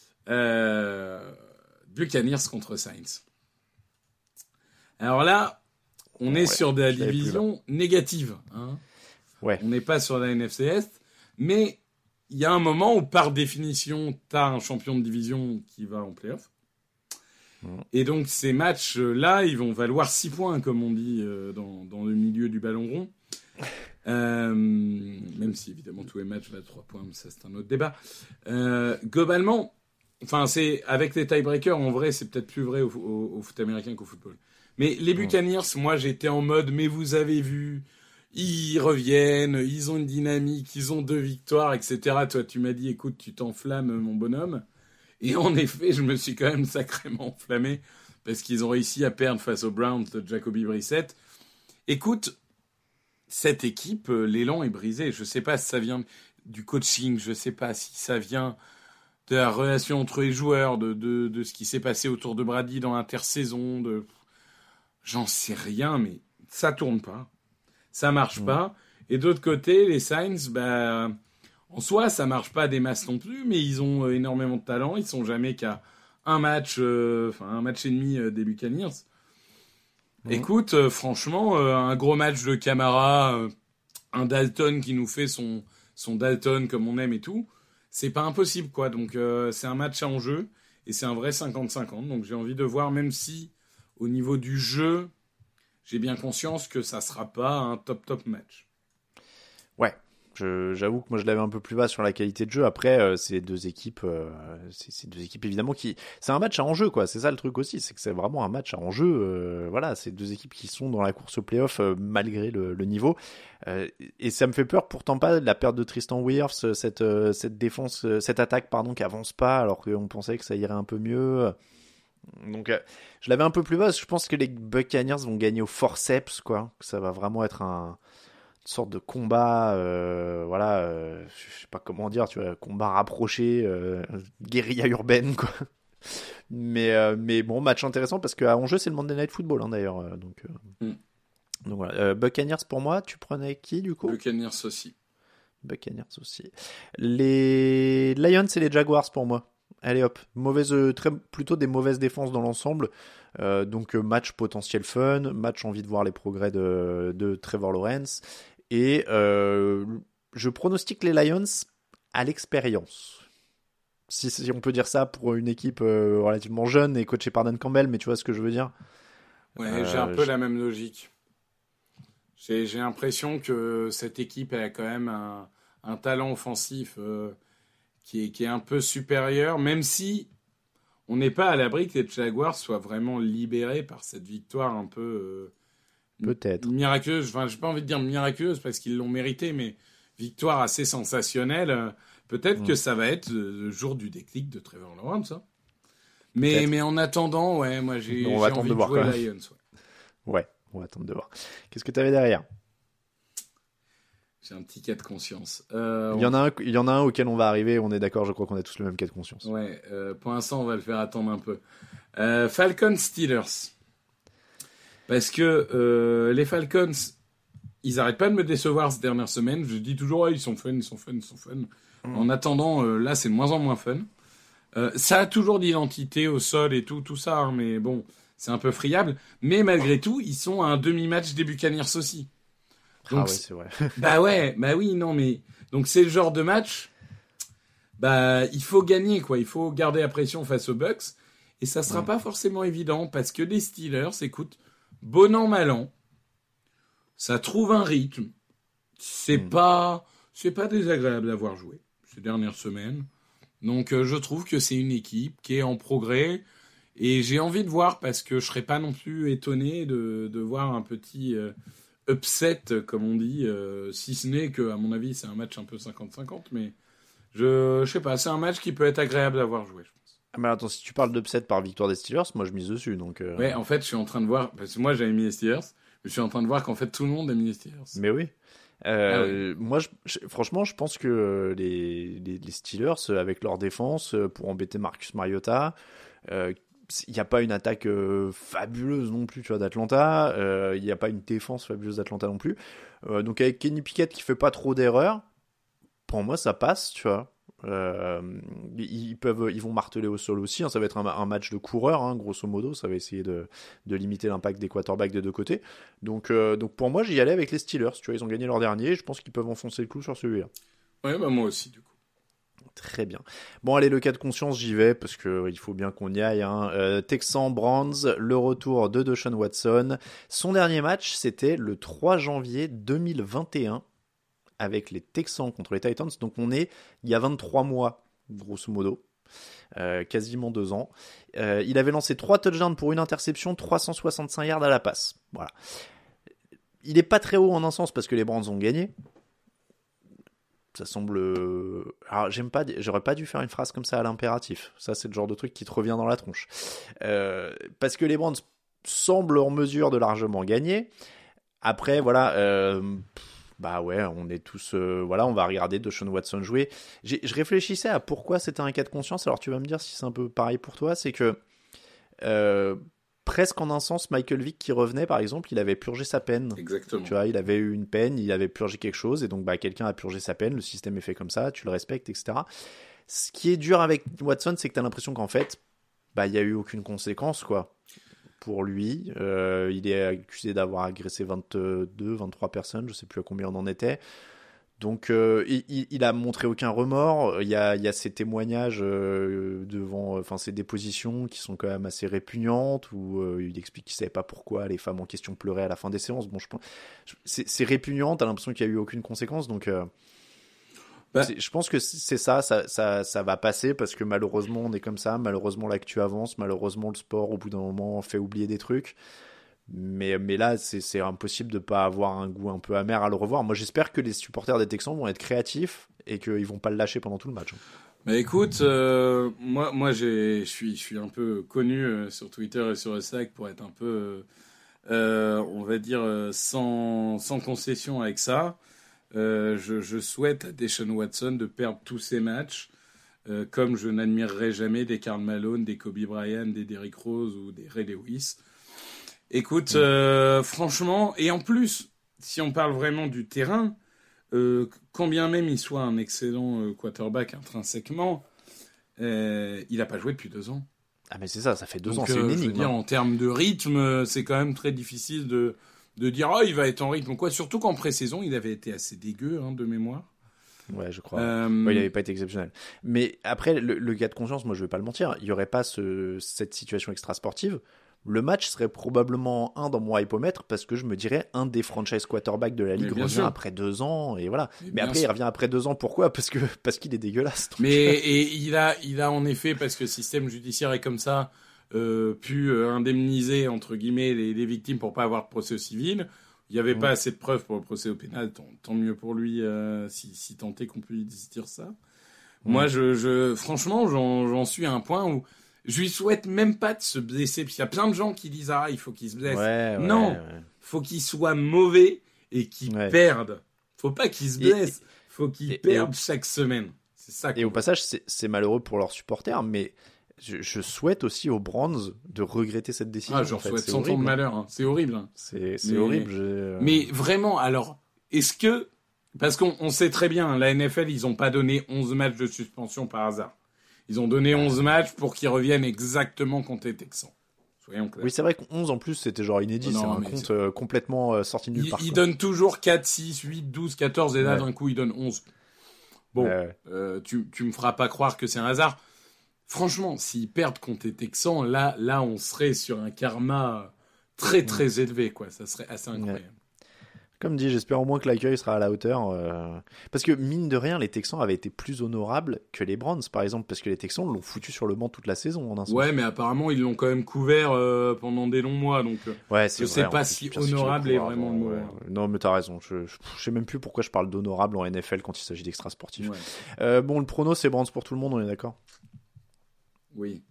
Buccaneers contre Saints. Alors là, on est sur de la division négative. Ouais. On n'est pas sur la NFC Est, mais il y a un moment où, par définition, tu as un champion de division qui va en play-off. Et donc, ces matchs-là, ils vont valoir 6 points, comme on dit dans le milieu du ballon rond. Même si, évidemment, tous les matchs valent 3 points, mais ça, c'est un autre débat. Globalement, c'est avec les tiebreakers, en vrai, c'est peut-être plus vrai au foot américain qu'au football. Mais les Buccaneers, moi, j'étais en mode, mais vous avez vu, ils reviennent, ils ont une dynamique, ils ont 2 victoires, etc. Toi, tu m'as dit, écoute, tu t'enflammes, mon bonhomme. Et en effet, je me suis quand même sacrément enflammé parce qu'ils ont réussi à perdre face aux Browns de Jacoby Brissett. Écoute, cette équipe, l'élan est brisé. Je ne sais pas si ça vient du coaching, je ne sais pas si ça vient de la relation entre les joueurs, de ce qui s'est passé autour de Brady dans l'intersaison. J'en sais rien, mais ça tourne pas. Ça marche pas. Et d'autre côté, les Saints, en soi, ça marche pas des masses non plus, mais ils ont énormément de talent. Ils sont jamais qu'à un match et demi des Buccaneers. Écoute, franchement, un gros match de Camara, un Dalton qui nous fait son Dalton comme on aime et tout, c'est pas impossible, quoi. Donc, c'est un match à enjeu et c'est un vrai 50-50. Donc, j'ai envie de voir, même si au niveau du jeu, j'ai bien conscience que ça sera pas un top match. Ouais. J'avoue que moi je l'avais un peu plus bas sur la qualité de jeu. Après, c'est deux équipes évidemment qui. C'est un match à enjeu, quoi. C'est ça le truc aussi, c'est que c'est vraiment un match à enjeu. Voilà, c'est deux équipes qui sont dans la course au play-off malgré le niveau. Et ça me fait peur pourtant pas de la perte de Tristan Wirfs, cette défense, cette attaque qui avance pas alors qu'on pensait que ça irait un peu mieux. Donc je l'avais un peu plus bas. Je pense que les Buccaneers vont gagner au forceps, quoi. Que ça va vraiment être une sorte de combat, je sais pas comment dire, tu vois, combat rapproché, guérilla urbaine, quoi. Mais bon, match intéressant parce qu'à enjeu c'est le Monday Night Football, hein, d'ailleurs. Donc voilà. Buccaneers pour moi, tu prenais qui du coup? Buccaneers aussi. Les Lions et les Jaguars pour moi. Allez hop, plutôt des mauvaises défenses dans l'ensemble. Donc match potentiel fun, match envie de voir les progrès de Trevor Lawrence. Et je pronostique les Lions à l'expérience. Si on peut dire ça pour une équipe relativement jeune et coachée par Dan Campbell, mais tu vois ce que je veux dire? Ouais, j'ai un peu la même logique. J'ai l'impression que cette équipe a quand même un talent offensif qui est un peu supérieur, même si on n'est pas à l'abri que les Jaguars soient vraiment libérés par cette victoire un peu peut-être miraculeuse. Enfin, j'ai pas envie de dire miraculeuse parce qu'ils l'ont mérité, mais victoire assez sensationnelle. Peut-être que ça va être le jour du déclic de Trevor Lawrence. Hein. Mais en attendant, ouais, moi j'ai envie de jouer les Lions. Ouais, on va attendre de voir. Qu'est-ce que tu avais derrière? J'ai un petit cas de conscience. Il y en a un auquel on va arriver, on est d'accord, je crois qu'on a tous le même cas de conscience. Ouais, pour l'instant, on va le faire attendre un peu. Falcons Steelers. Parce que les Falcons, ils n'arrêtent pas de me décevoir ces dernières semaines. Je dis toujours, ils sont fun. En attendant, là, c'est de moins en moins fun. Ça a toujours d'identité au sol et tout ça, hein, mais bon, c'est un peu friable. Mais malgré tout, ils sont à un demi-match des Buccaneers aussi. Donc, ouais, c'est vrai. Donc c'est le genre de match, il faut gagner, quoi. Il faut garder la pression face aux Bucks. Et ça sera pas forcément évident parce que les Steelers, écoute, bon an, mal an, ça trouve un rythme. C'est pas désagréable à voir jouer ces dernières semaines. Donc je trouve que c'est une équipe qui est en progrès. Et j'ai envie de voir parce que je serais pas non plus étonné de voir un petit upset, comme on dit, si ce n'est que, à mon avis, c'est un match un peu 50-50, mais je sais pas, c'est un match qui peut être agréable à voir jouer, je pense. Ah, mais attends, si tu parles d'upset par victoire des Steelers, moi je mise dessus, donc... Ouais, en fait, je suis en train de voir, parce que moi j'avais mis les Steelers, mais je suis en train de voir qu'en fait tout le monde a mis les Steelers. Mais oui. Moi, franchement, je pense que les Steelers, avec leur défense, pour embêter Marcus Mariota, il n'y a pas une attaque fabuleuse non plus, tu vois, d'Atlanta. Il n'y a pas une défense fabuleuse d'Atlanta non plus. Donc avec Kenny Pickett qui fait pas trop d'erreurs, pour moi ça passe, tu vois. Ils vont marteler au sol aussi, hein. Ça va être un match de coureurs, hein, grosso modo. Ça va essayer de limiter l'impact des quarterbacks des deux côtés. Donc pour moi, j'y allais avec les Steelers. Tu vois, ils ont gagné leur dernier. Je pense qu'ils peuvent enfoncer le clou sur celui-là. Ouais, moi aussi, du coup. Très bien. Bon, allez, le cas de conscience, j'y vais parce que il faut bien qu'on y aille. Hein. Texans Browns, le retour de Deshaun Watson. Son dernier match, c'était le 3 janvier 2021 avec les Texans contre les Titans. Donc on est il y a 23 mois, grosso modo. Quasiment 2 ans. Il avait lancé 3 touchdowns pour une interception, 365 yards à la passe. Voilà. Il est pas très haut en un sens parce que les Browns ont gagné. Ça semble... Alors, j'aurais pas dû faire une phrase comme ça à l'impératif. Ça, c'est le genre de truc qui te revient dans la tronche. Parce que les Browns semblent en mesure de largement gagner. Après, voilà... on est tous... on va regarder Deshaun Watson jouer. Je réfléchissais à pourquoi c'était un cas de conscience. Alors, tu vas me dire si c'est un peu pareil pour toi. C'est que... presque en un sens, Michael Vick qui revenait, par exemple, il avait purgé sa peine. Exactement. Tu vois, il avait eu une peine, il avait purgé quelque chose, et donc quelqu'un a purgé sa peine, le système est fait comme ça, tu le respectes, etc. Ce qui est dur avec Watson, c'est que tu as l'impression qu'en fait, il n'y a eu aucune conséquence, quoi, pour lui. Il est accusé d'avoir agressé 23 personnes, je ne sais plus à combien on en était. Donc, il a montré aucun remords. Il y a ces témoignages devant, ces dépositions qui sont quand même assez répugnantes où il explique qu'il savait pas pourquoi les femmes en question pleuraient à la fin des séances. Bon, c'est répugnant. T'as l'impression qu'il y a eu aucune conséquence. Donc, Je pense que c'est ça va passer parce que malheureusement on est comme ça, malheureusement l'actu avance, malheureusement le sport au bout d'un moment fait oublier des trucs. Mais là, c'est impossible de pas avoir un goût un peu amer à le revoir. Moi, j'espère que les supporters des Texans vont être créatifs et qu'ils vont pas le lâcher pendant tout le match. Bah écoute, moi je suis un peu connu sur Twitter et sur Slack pour être un peu, on va dire, sans concession avec ça. Je souhaite à Deshaun Watson de perdre tous ses matchs, comme je n'admirerai jamais des Karl Malone, des Kobe Bryant, des Derrick Rose ou des Ray Lewis. Écoute, franchement, et en plus, si on parle vraiment du terrain, quand bien même il soit un excellent quarterback intrinsèquement, il n'a pas joué depuis 2 ans. Ah mais c'est ça fait 2 ans, c'est une énigme. Je veux dire, en termes de rythme, c'est quand même très difficile de dire il va être en rythme quoi. Surtout qu'en pré-saison, il avait été assez dégueu de mémoire. Ouais, je crois. Il n'avait pas été exceptionnel. Mais après, le gars de conscience, moi je vais pas le mentir, il y aurait pas cette situation extra-sportive. Le match serait probablement un dans mon hypomètre parce que je me dirais un des franchise quarterbacks de la ligue revient après 2 ans et voilà. Mais après, il revient après 2 ans. Pourquoi ? Parce qu'il est dégueulasse. Donc... Et il a en effet, parce que le système judiciaire est comme ça, pu indemniser entre guillemets les victimes pour pas avoir de procès au civil. Il n'y avait pas assez de preuves pour le procès au pénal. Tant mieux pour lui si tant est qu'on peut lui dire ça. Moi, franchement, j'en suis à un point où je lui souhaite même pas de se blesser. Puis il y a plein de gens qui disent il faut qu'il se blesse. Non, faut qu'il soit mauvais et qu'il perde. Faut pas qu'il se blesse. Faut qu'il perde chaque semaine. C'est ça. Et au passage, c'est malheureux pour leurs supporters, mais je souhaite aussi aux Browns de regretter cette décision. J'en souhaite 100 ans de malheur. C'est horrible. C'est horrible. Mais vraiment, alors, est-ce que... Parce qu'on sait très bien, la NFL, ils ont pas donné 11 matchs de suspension par hasard. Ils ont donné 11 matchs pour qu'ils reviennent exactement contre les Texans. Soyons clairs. Oui, c'est vrai qu'11 en plus, c'était genre inédit. C'est un compte complètement sorti de nulle part. Ils donnent toujours 4, 6, 8, 12, 14 et là, d'un coup, ils donnent 11. Bon, tu me feras pas croire que c'est un hasard. Franchement, s'ils perdent contre les Texans, là, on serait sur un karma très, très élevé, quoi. Ça serait assez incroyable. Ouais. Comme dit, j'espère au moins que l'accueil sera à la hauteur. Parce que, mine de rien, les Texans avaient été plus honorables que les Browns, par exemple, parce que les Texans l'ont foutu sur le banc toute la saison, en un sens. Ouais, mais apparemment, ils l'ont quand même couvert pendant des longs mois, donc je sais pas si honorable est vraiment le mot. Non, mais t'as raison. Je sais même plus pourquoi je parle d'honorable en NFL quand il s'agit d'extra sportif. Ouais. Bon, le prono, c'est Browns pour tout le monde, on est d'accord ? Oui.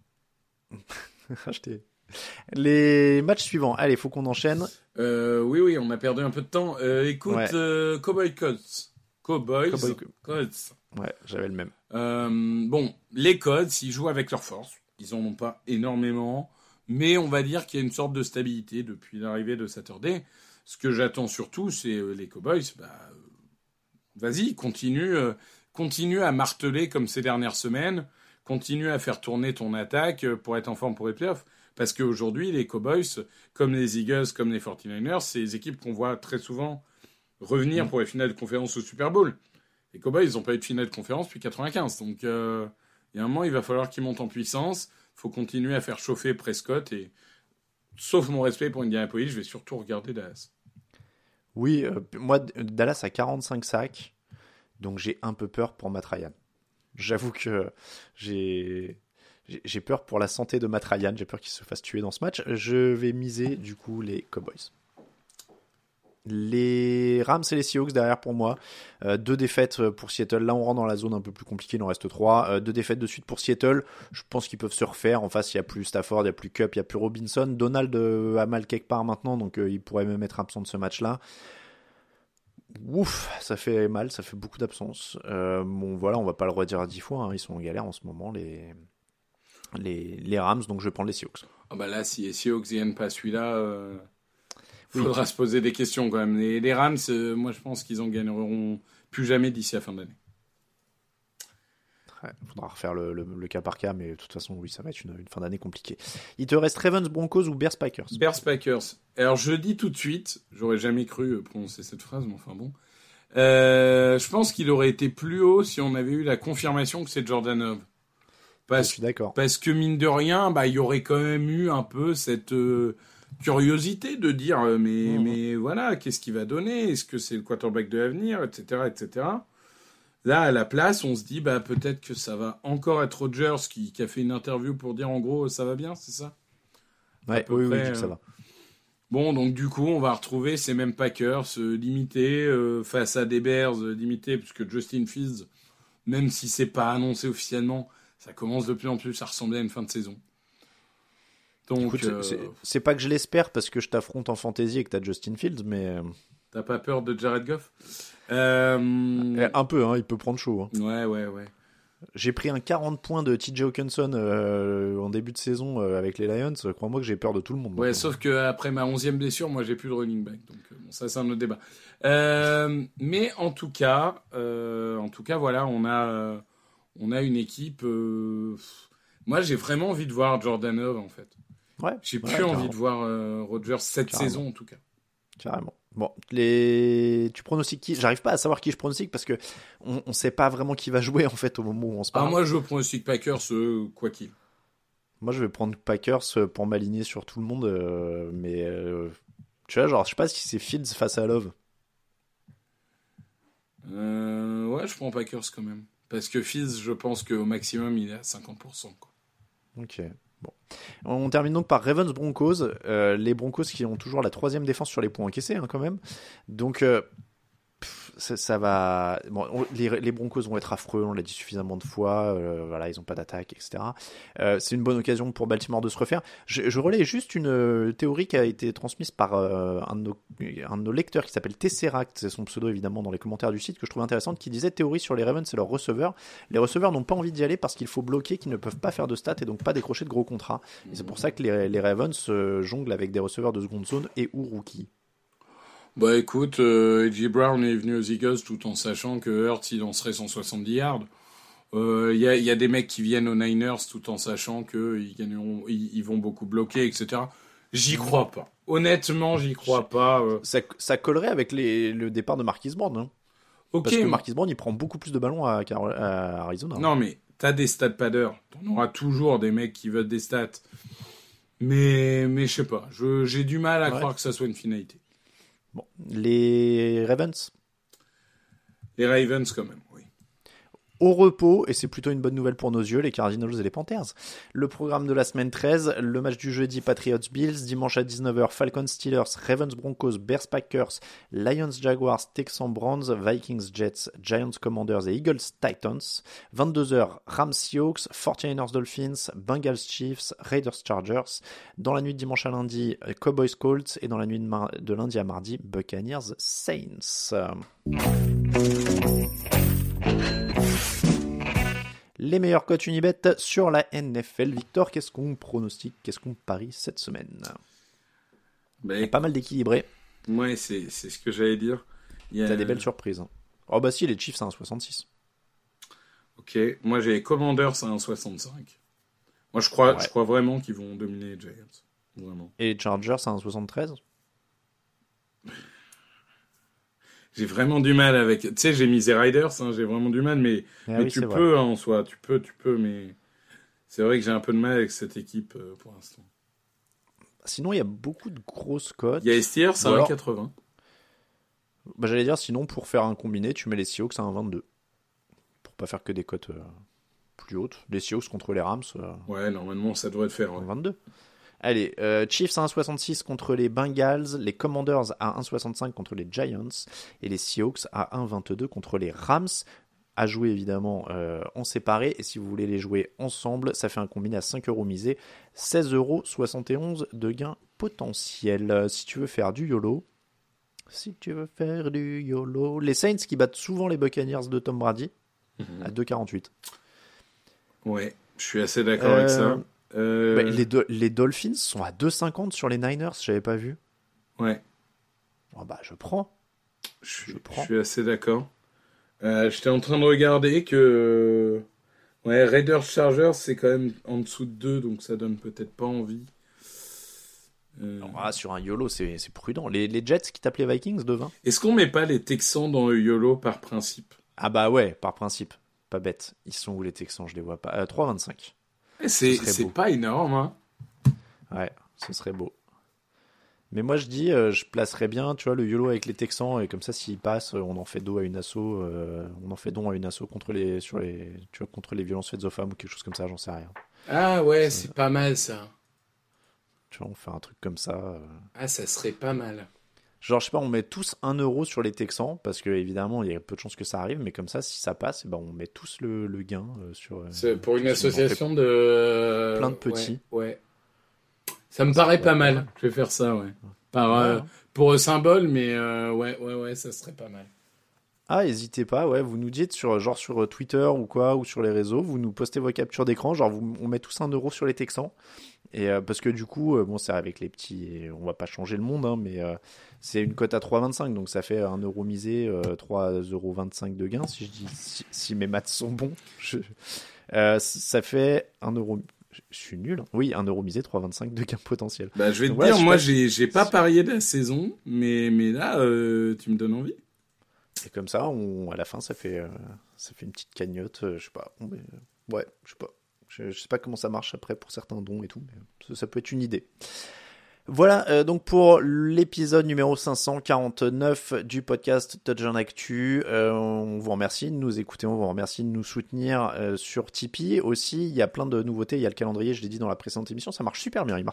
Les matchs suivants. Allez, faut qu'on enchaîne. Oui, on a perdu un peu de temps. Écoute, Cowboys Colts. Cowboys Colts. Ouais, j'avais le même. Bon, les Colts, ils jouent avec leur force. Ils en ont pas énormément, mais on va dire qu'il y a une sorte de stabilité depuis l'arrivée de Saturday. Ce que j'attends surtout, c'est les Cowboys. Vas-y, continue à marteler comme ces dernières semaines. Continue à faire tourner ton attaque pour être en forme pour les playoffs. Parce qu'aujourd'hui, les Cowboys, comme les Eagles, comme les 49ers, c'est des équipes qu'on voit très souvent revenir pour les finales de conférence au Super Bowl. Les Cowboys, ils n'ont pas eu de finale de conférence depuis 95. Donc, il y a un moment, il va falloir qu'ils montent en puissance. Il faut continuer à faire chauffer Prescott. Et, sauf mon respect pour Indianapolis, je vais surtout regarder Dallas. Oui, moi, Dallas a 45 sacs. Donc, j'ai un peu peur pour Matt Ryan. J'avoue que j'ai peur pour la santé de Matt Ryan. J'ai peur qu'il se fasse tuer dans ce match. Je vais miser, du coup, les Cowboys. Les Rams et les Seahawks derrière pour moi. 2 défaites pour Seattle. Là, on rentre dans la zone un peu plus compliquée. Il en reste 3. 2 défaites de suite pour Seattle. Je pense qu'ils peuvent se refaire. En face, il n'y a plus Stafford, il n'y a plus Kupp, il n'y a plus Robinson. Donald a mal quelque part maintenant, donc il pourrait même être absent de ce match-là. Ouf, ça fait mal, ça fait beaucoup d'absence. Bon, voilà, on va pas le redire 10 fois. Hein, ils sont en galère en ce moment, les Rams, donc je vais prendre les Seahawks. Ah bah là, si les Seahawks viennent pas celui-là, faudra se poser des questions quand même. Les Rams, moi je pense qu'ils en gagneront plus jamais d'ici la fin de l'année. Faudra refaire le cas par cas, mais de toute façon, oui, ça va être une fin d'année compliquée. Il te reste Ravens Broncos ou Bears Packers ? Bears Packers. Alors je dis tout de suite, j'aurais jamais cru prononcer cette phrase, mais enfin bon. Je pense qu'il aurait été plus haut si on avait eu la confirmation que c'est Jordan Love. Je suis d'accord. Parce que mine de rien, il y aurait quand même eu un peu cette curiosité de dire mais voilà, qu'est-ce qu'il va donner ? Est-ce que c'est le quarterback de l'avenir, etc., etc. Là, à la place, on se dit, peut-être que ça va encore être Rodgers qui a fait une interview pour dire, en gros, ça va bien, c'est ça? Ouais, oui, ça va. Bon, donc du coup, on va retrouver ces mêmes Packers limités face à des Bears limités, puisque Justin Fields, même si c'est pas annoncé officiellement, ça commence de plus en plus à ressembler à une fin de saison. Donc, écoute, c'est pas que je l'espère parce que je t'affronte en fantasy et que t'as Justin Fields, mais... T'as pas peur de Jared Goff? Un peu, hein, il peut prendre chaud. Hein. Ouais. J'ai pris un 40 points de TJ Hawkinson en début de saison avec les Lions. Crois-moi que j'ai peur de tout le monde. Ouais, sauf qu'après ma 11e blessure, moi j'ai plus de running back. Donc ça c'est un autre débat. Mais en tout cas, voilà, on a une équipe... Moi j'ai vraiment envie de voir Jordan Love en fait. Ouais, j'ai plus envie de voir Rodgers cette saison en tout cas. Carrément. Bon, tu pronostiques qui? J'arrive pas à savoir qui je pronostique parce que on sait pas vraiment qui va jouer en fait au moment où on se parle. Moi je pronostique Packers quoi qu'il. Moi je vais prendre Packers pour m'aligner sur tout le monde, mais tu vois, genre je sais pas si c'est Fields face à Love. Ouais, je prends Packers quand même parce que Fields, je pense qu'au maximum il est à 50%. Quoi. Ok. Bon. On termine donc par Ravens-Broncos. Les Broncos qui ont toujours la 3e défense sur les points encaissés, hein, quand même. Donc, ça va. Bon, les Broncos vont être affreux, on l'a dit suffisamment de fois. Voilà, ils n'ont pas d'attaque, etc. C'est une bonne occasion pour Baltimore de se refaire. Je relais juste une théorie qui a été transmise par un de nos lecteurs qui s'appelle Tesseract, c'est son pseudo évidemment dans les commentaires du site, que je trouve intéressante, qui disait théorie sur les Ravens et leurs receveurs. Les receveurs n'ont pas envie d'y aller parce qu'il faut bloquer, qu'ils ne peuvent pas faire de stats et donc pas décrocher de gros contrats. Et c'est pour ça que les Ravens jonglent avec des receveurs de seconde zone et ou rookies. Bah écoute, A.J. Brown est venu aux Eagles tout en sachant que Hurts il lancerait 170 yards. Il y a des mecs qui viennent aux Niners tout en sachant qu'ils vont beaucoup bloquer, etc. J'y crois pas. Honnêtement, j'y crois pas. Ça collerait avec le départ de Marquise Brown. Hein. Okay, parce que Marquise Brown, il prend beaucoup plus de ballons à Arizona. Non, mais t'as des stats padders. T'en auras toujours des mecs qui veulent des stats. Mais je sais pas. J'ai du mal à croire que ça soit une finalité. Bon, les Ravens. Les Ravens quand même, oui. Au repos, et c'est plutôt une bonne nouvelle pour nos yeux, les Cardinals et les Panthers. Le programme de la semaine 13, le match du jeudi Patriots-Bills, dimanche à 19h Falcons-Steelers, Ravens-Broncos, Bears-Packers, Lions-Jaguars, Texans-Browns, Vikings-Jets, Giants-Commanders et Eagles-Titans. 22h Rams-Seahawks, 49ers-Dolphins, Bengals-Chiefs, Raiders-Chargers. Dans la nuit de dimanche à lundi, Cowboys-Colts, et dans la nuit de lundi à mardi, Buccaneers-Saints. Les meilleurs cotes Unibet sur la NFL. Victor, qu'est-ce qu'on pronostique, qu'est-ce qu'on parie cette semaine? Il y a pas mal d'équilibrés. Ouais, c'est ce que j'allais dire. T'as des belles surprises. Oh bah si, les Chiefs à 1,66. Ok, moi j'ai les Commanders à 1,65. Moi je crois vraiment qu'ils vont dominer les Giants. Vraiment. Et les Chargers à 1,73. J'ai vraiment du mal avec... Tu sais, j'ai mis les Riders, hein, j'ai vraiment du mal, mais tu peux en soi, tu peux, mais... C'est vrai que j'ai un peu de mal avec cette équipe pour l'instant. Sinon, il y a beaucoup de grosses cotes. Il y a les Steelers à 1,80. Bah, j'allais dire, sinon, pour faire un combiné, tu mets les Seahawks à 1,22. Pour pas faire que des cotes plus hautes. Les Seahawks contre les Rams. Ouais, normalement, ça devrait te faire. 1,22. Allez, Chiefs à 1,66 contre les Bengals, les Commanders à 1,65 contre les Giants et les Seahawks à 1,22 contre les Rams. À jouer évidemment en séparé, et si vous voulez les jouer ensemble, ça fait un combiné à 5 € misés, 16,71 € de gain potentiel. Si tu veux faire du YOLO, les Saints qui battent souvent les Buccaneers de Tom Brady à 2,48. Ouais, je suis assez d'accord avec ça. Les Dolphins sont à 2,50 sur les Niners, j'avais pas vu. Ouais. Oh bah je prends. Je suis assez d'accord. J'étais en train de regarder que Raiders Chargers c'est quand même en dessous de 2, donc ça donne peut-être pas envie. Sur un YOLO c'est prudent. Les Jets qui tapent les Vikings de 20. Est-ce qu'on met pas les Texans dans le YOLO par principe? Ah bah ouais, par principe. Pas bête. Ils sont où les Texans? Je les vois pas. 3,25. C'est pas énorme, hein. Ouais, ce serait beau. Mais moi, je dis, je placerais bien, tu vois, le YOLO avec les Texans, et comme ça, s'il passe, on en fait don à une asso, contre les violences faites aux femmes ou quelque chose comme ça, j'en sais rien. Ah ouais, c'est pas mal ça. Tu vois, on fait un truc comme ça. Ah, ça serait pas mal. Genre, je sais pas, on met tous 1 euro sur les Texans, parce que évidemment, il y a peu de chances que ça arrive, mais comme ça, si ça passe, ben, on met tous le gain sur. C'est pour une association de. Plein de petits. Ouais. Ça me paraît pas mal. Je vais faire ça, ouais. Pour symbole, mais ouais, ça serait pas mal. Ah, n'hésitez pas, ouais, vous nous dites sur Twitter ou quoi, ou sur les réseaux, vous nous postez vos captures d'écran, genre on met tous 1 euro sur les Texans. Et parce que du coup, bon, c'est avec les petits, et on va pas changer le monde, hein, mais c'est une cote à 3,25, donc ça fait 1 euro misé, 3,25 euros de gain, si mes maths sont bons. Ça fait 1 euro. Je suis nul. Oui, 1 euro misé, 3,25 de gain potentiel. Bah, je vais te dire, moi, j'ai pas parié de la saison, mais là, tu me donnes envie. Et comme ça, à la fin, ça fait une petite cagnotte, je sais pas. Ouais, je sais pas. Je sais pas comment ça marche après pour certains dons et tout, mais ça peut être une idée. Voilà, donc pour l'épisode numéro 549 du podcast Touchdown Actu, on vous remercie de nous écouter, on vous remercie de nous soutenir sur Tipeee. Aussi, il y a plein de nouveautés, il y a le calendrier, je l'ai dit dans la précédente émission, ça marche super bien,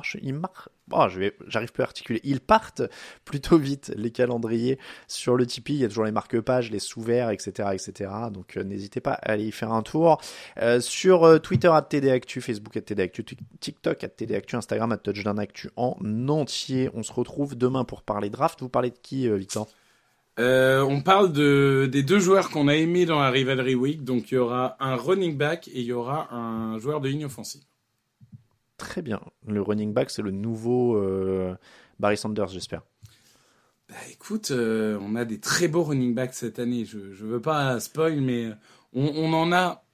j'arrive plus à articuler. Ils partent plutôt vite, les calendriers sur le Tipeee, il y a toujours les marque-pages, les sous-verts, etc., donc n'hésitez pas à aller y faire un tour. Sur Twitter @TDActu, Facebook @TDActu, TikTok @TDActu, Instagram @TouchdownActu en entier. On se retrouve demain pour parler draft. Vous parlez de qui, Victor ? On parle des 2 joueurs qu'on a aimés dans la Rivalry Week. Donc, il y aura un running back et il y aura un joueur de ligne offensive. Très bien. Le running back, c'est le nouveau Barry Sanders, j'espère. Bah, écoute, on a des très beaux running backs cette année. Je veux pas spoil, mais on en a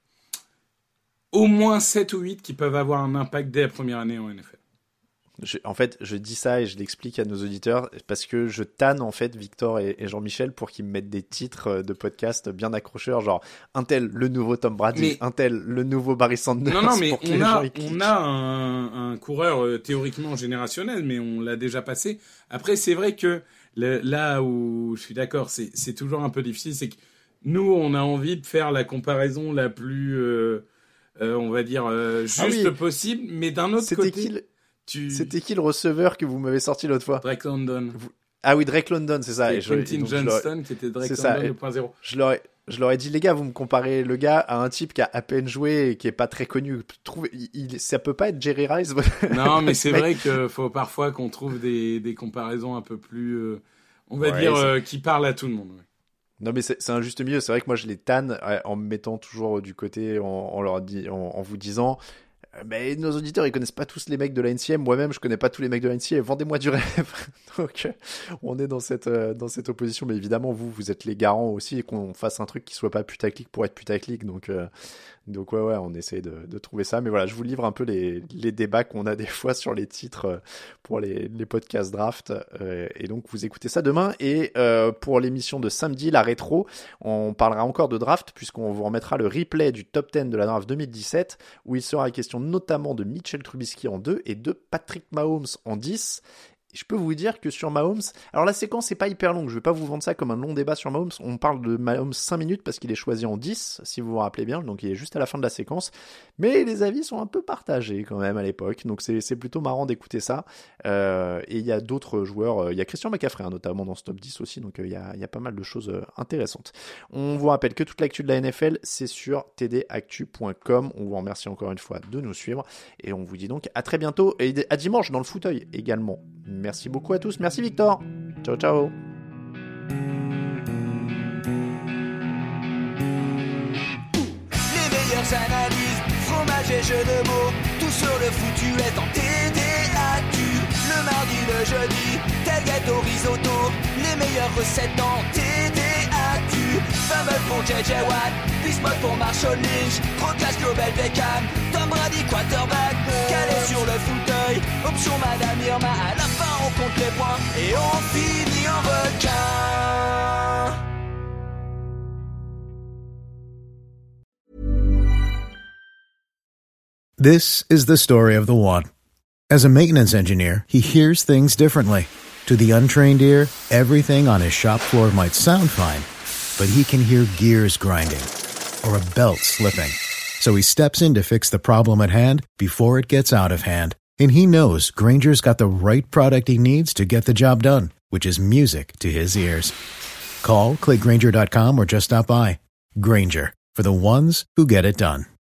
au moins 7 ou 8 qui peuvent avoir un impact dès la première année en NFL. Je dis ça et je l'explique à nos auditeurs parce que je tanne en fait Victor et Jean-Michel pour qu'ils me mettent des titres de podcast bien accrocheurs, genre un tel le nouveau Tom Brady, un tel le nouveau Barry Sanders. Non, mais on a un coureur théoriquement générationnel, mais on l'a déjà passé. Après, c'est vrai que là où je suis d'accord, c'est toujours un peu difficile, c'est que nous, on a envie de faire la comparaison la plus, on va dire, juste possible, mais d'un autre côté... C'était qui le receveur que vous m'avez sorti l'autre fois ? Drake London. Ah oui, Drake London, c'est ça. Et Quentin Johnston qui était Drake London 2.0. Je leur ai dit, les gars, vous me comparez le gars à un type qui a à peine joué et qui est pas très connu. Ça peut pas être Jerry Rice. Non, mais c'est vrai qu'il faut parfois qu'on trouve des comparaisons un peu plus, on va dire, qui parlent à tout le monde. Ouais. Non, mais c'est un juste milieu. C'est vrai que moi, je les tanne en me mettant toujours du côté, en vous disant... Mais nos auditeurs, ils connaissent pas tous les mecs de la NCM. Moi-même, je connais pas tous les mecs de la NCM. Vendez-moi du rêve. Donc, on est dans cette opposition. Mais évidemment, vous êtes les garants aussi et qu'on fasse un truc qui soit pas putaclic pour être putaclic. Donc ouais, on essaie de trouver ça. Mais voilà, je vous livre un peu les débats qu'on a des fois sur les titres pour les podcasts draft. Et donc, vous écoutez ça demain. Et pour l'émission de samedi, la rétro, on parlera encore de draft puisqu'on vous remettra le replay du top 10 de la draft 2017 où il sera question notamment de Mitchell Trubisky en 2 et de Patrick Mahomes en 10. Et je peux vous dire que sur Mahomes, alors la séquence n'est pas hyper longue, je vais pas vous vendre ça comme un long débat sur Mahomes, on parle de Mahomes 5 minutes parce qu'il est choisi en 10, si vous vous rappelez bien, donc il est juste à la fin de la séquence, mais les avis sont un peu partagés quand même à l'époque, donc c'est plutôt marrant d'écouter ça, et il y a d'autres joueurs, il y a Christian McCaffrey notamment dans ce top 10 aussi, donc il y a pas mal de choses intéressantes. On vous rappelle que toute l'actu de la NFL, c'est sur tdactu.com, on vous remercie encore une fois de nous suivre, et on vous dit donc à très bientôt, et à dimanche dans le fauteuil également. Merci beaucoup à tous. Merci Victor. Ciao, ciao. Les meilleures analyses, fromage et jeux de mots. Tout sur le foutu est en TDActu. Le mardi, le jeudi, tailgate au risotto. Les meilleures recettes dans TDActu. Fumble pour JJ Watt, Bismuth pour Marshall Lynch. Procast Global Beckham, Tom Brady quarterback. Calé sur le fauteuil, option Madame Irma. À la fin on compte les points et on finit en requin. This is the story of the one. As a maintenance engineer, he hears things differently. To the untrained ear, everything on his shop floor might sound fine, but he can hear gears grinding or a belt slipping. So he steps in to fix the problem at hand before it gets out of hand. And he knows Grainger's got the right product he needs to get the job done, which is music to his ears. Call, click Grainger.com, or just stop by. Grainger, for the ones who get it done.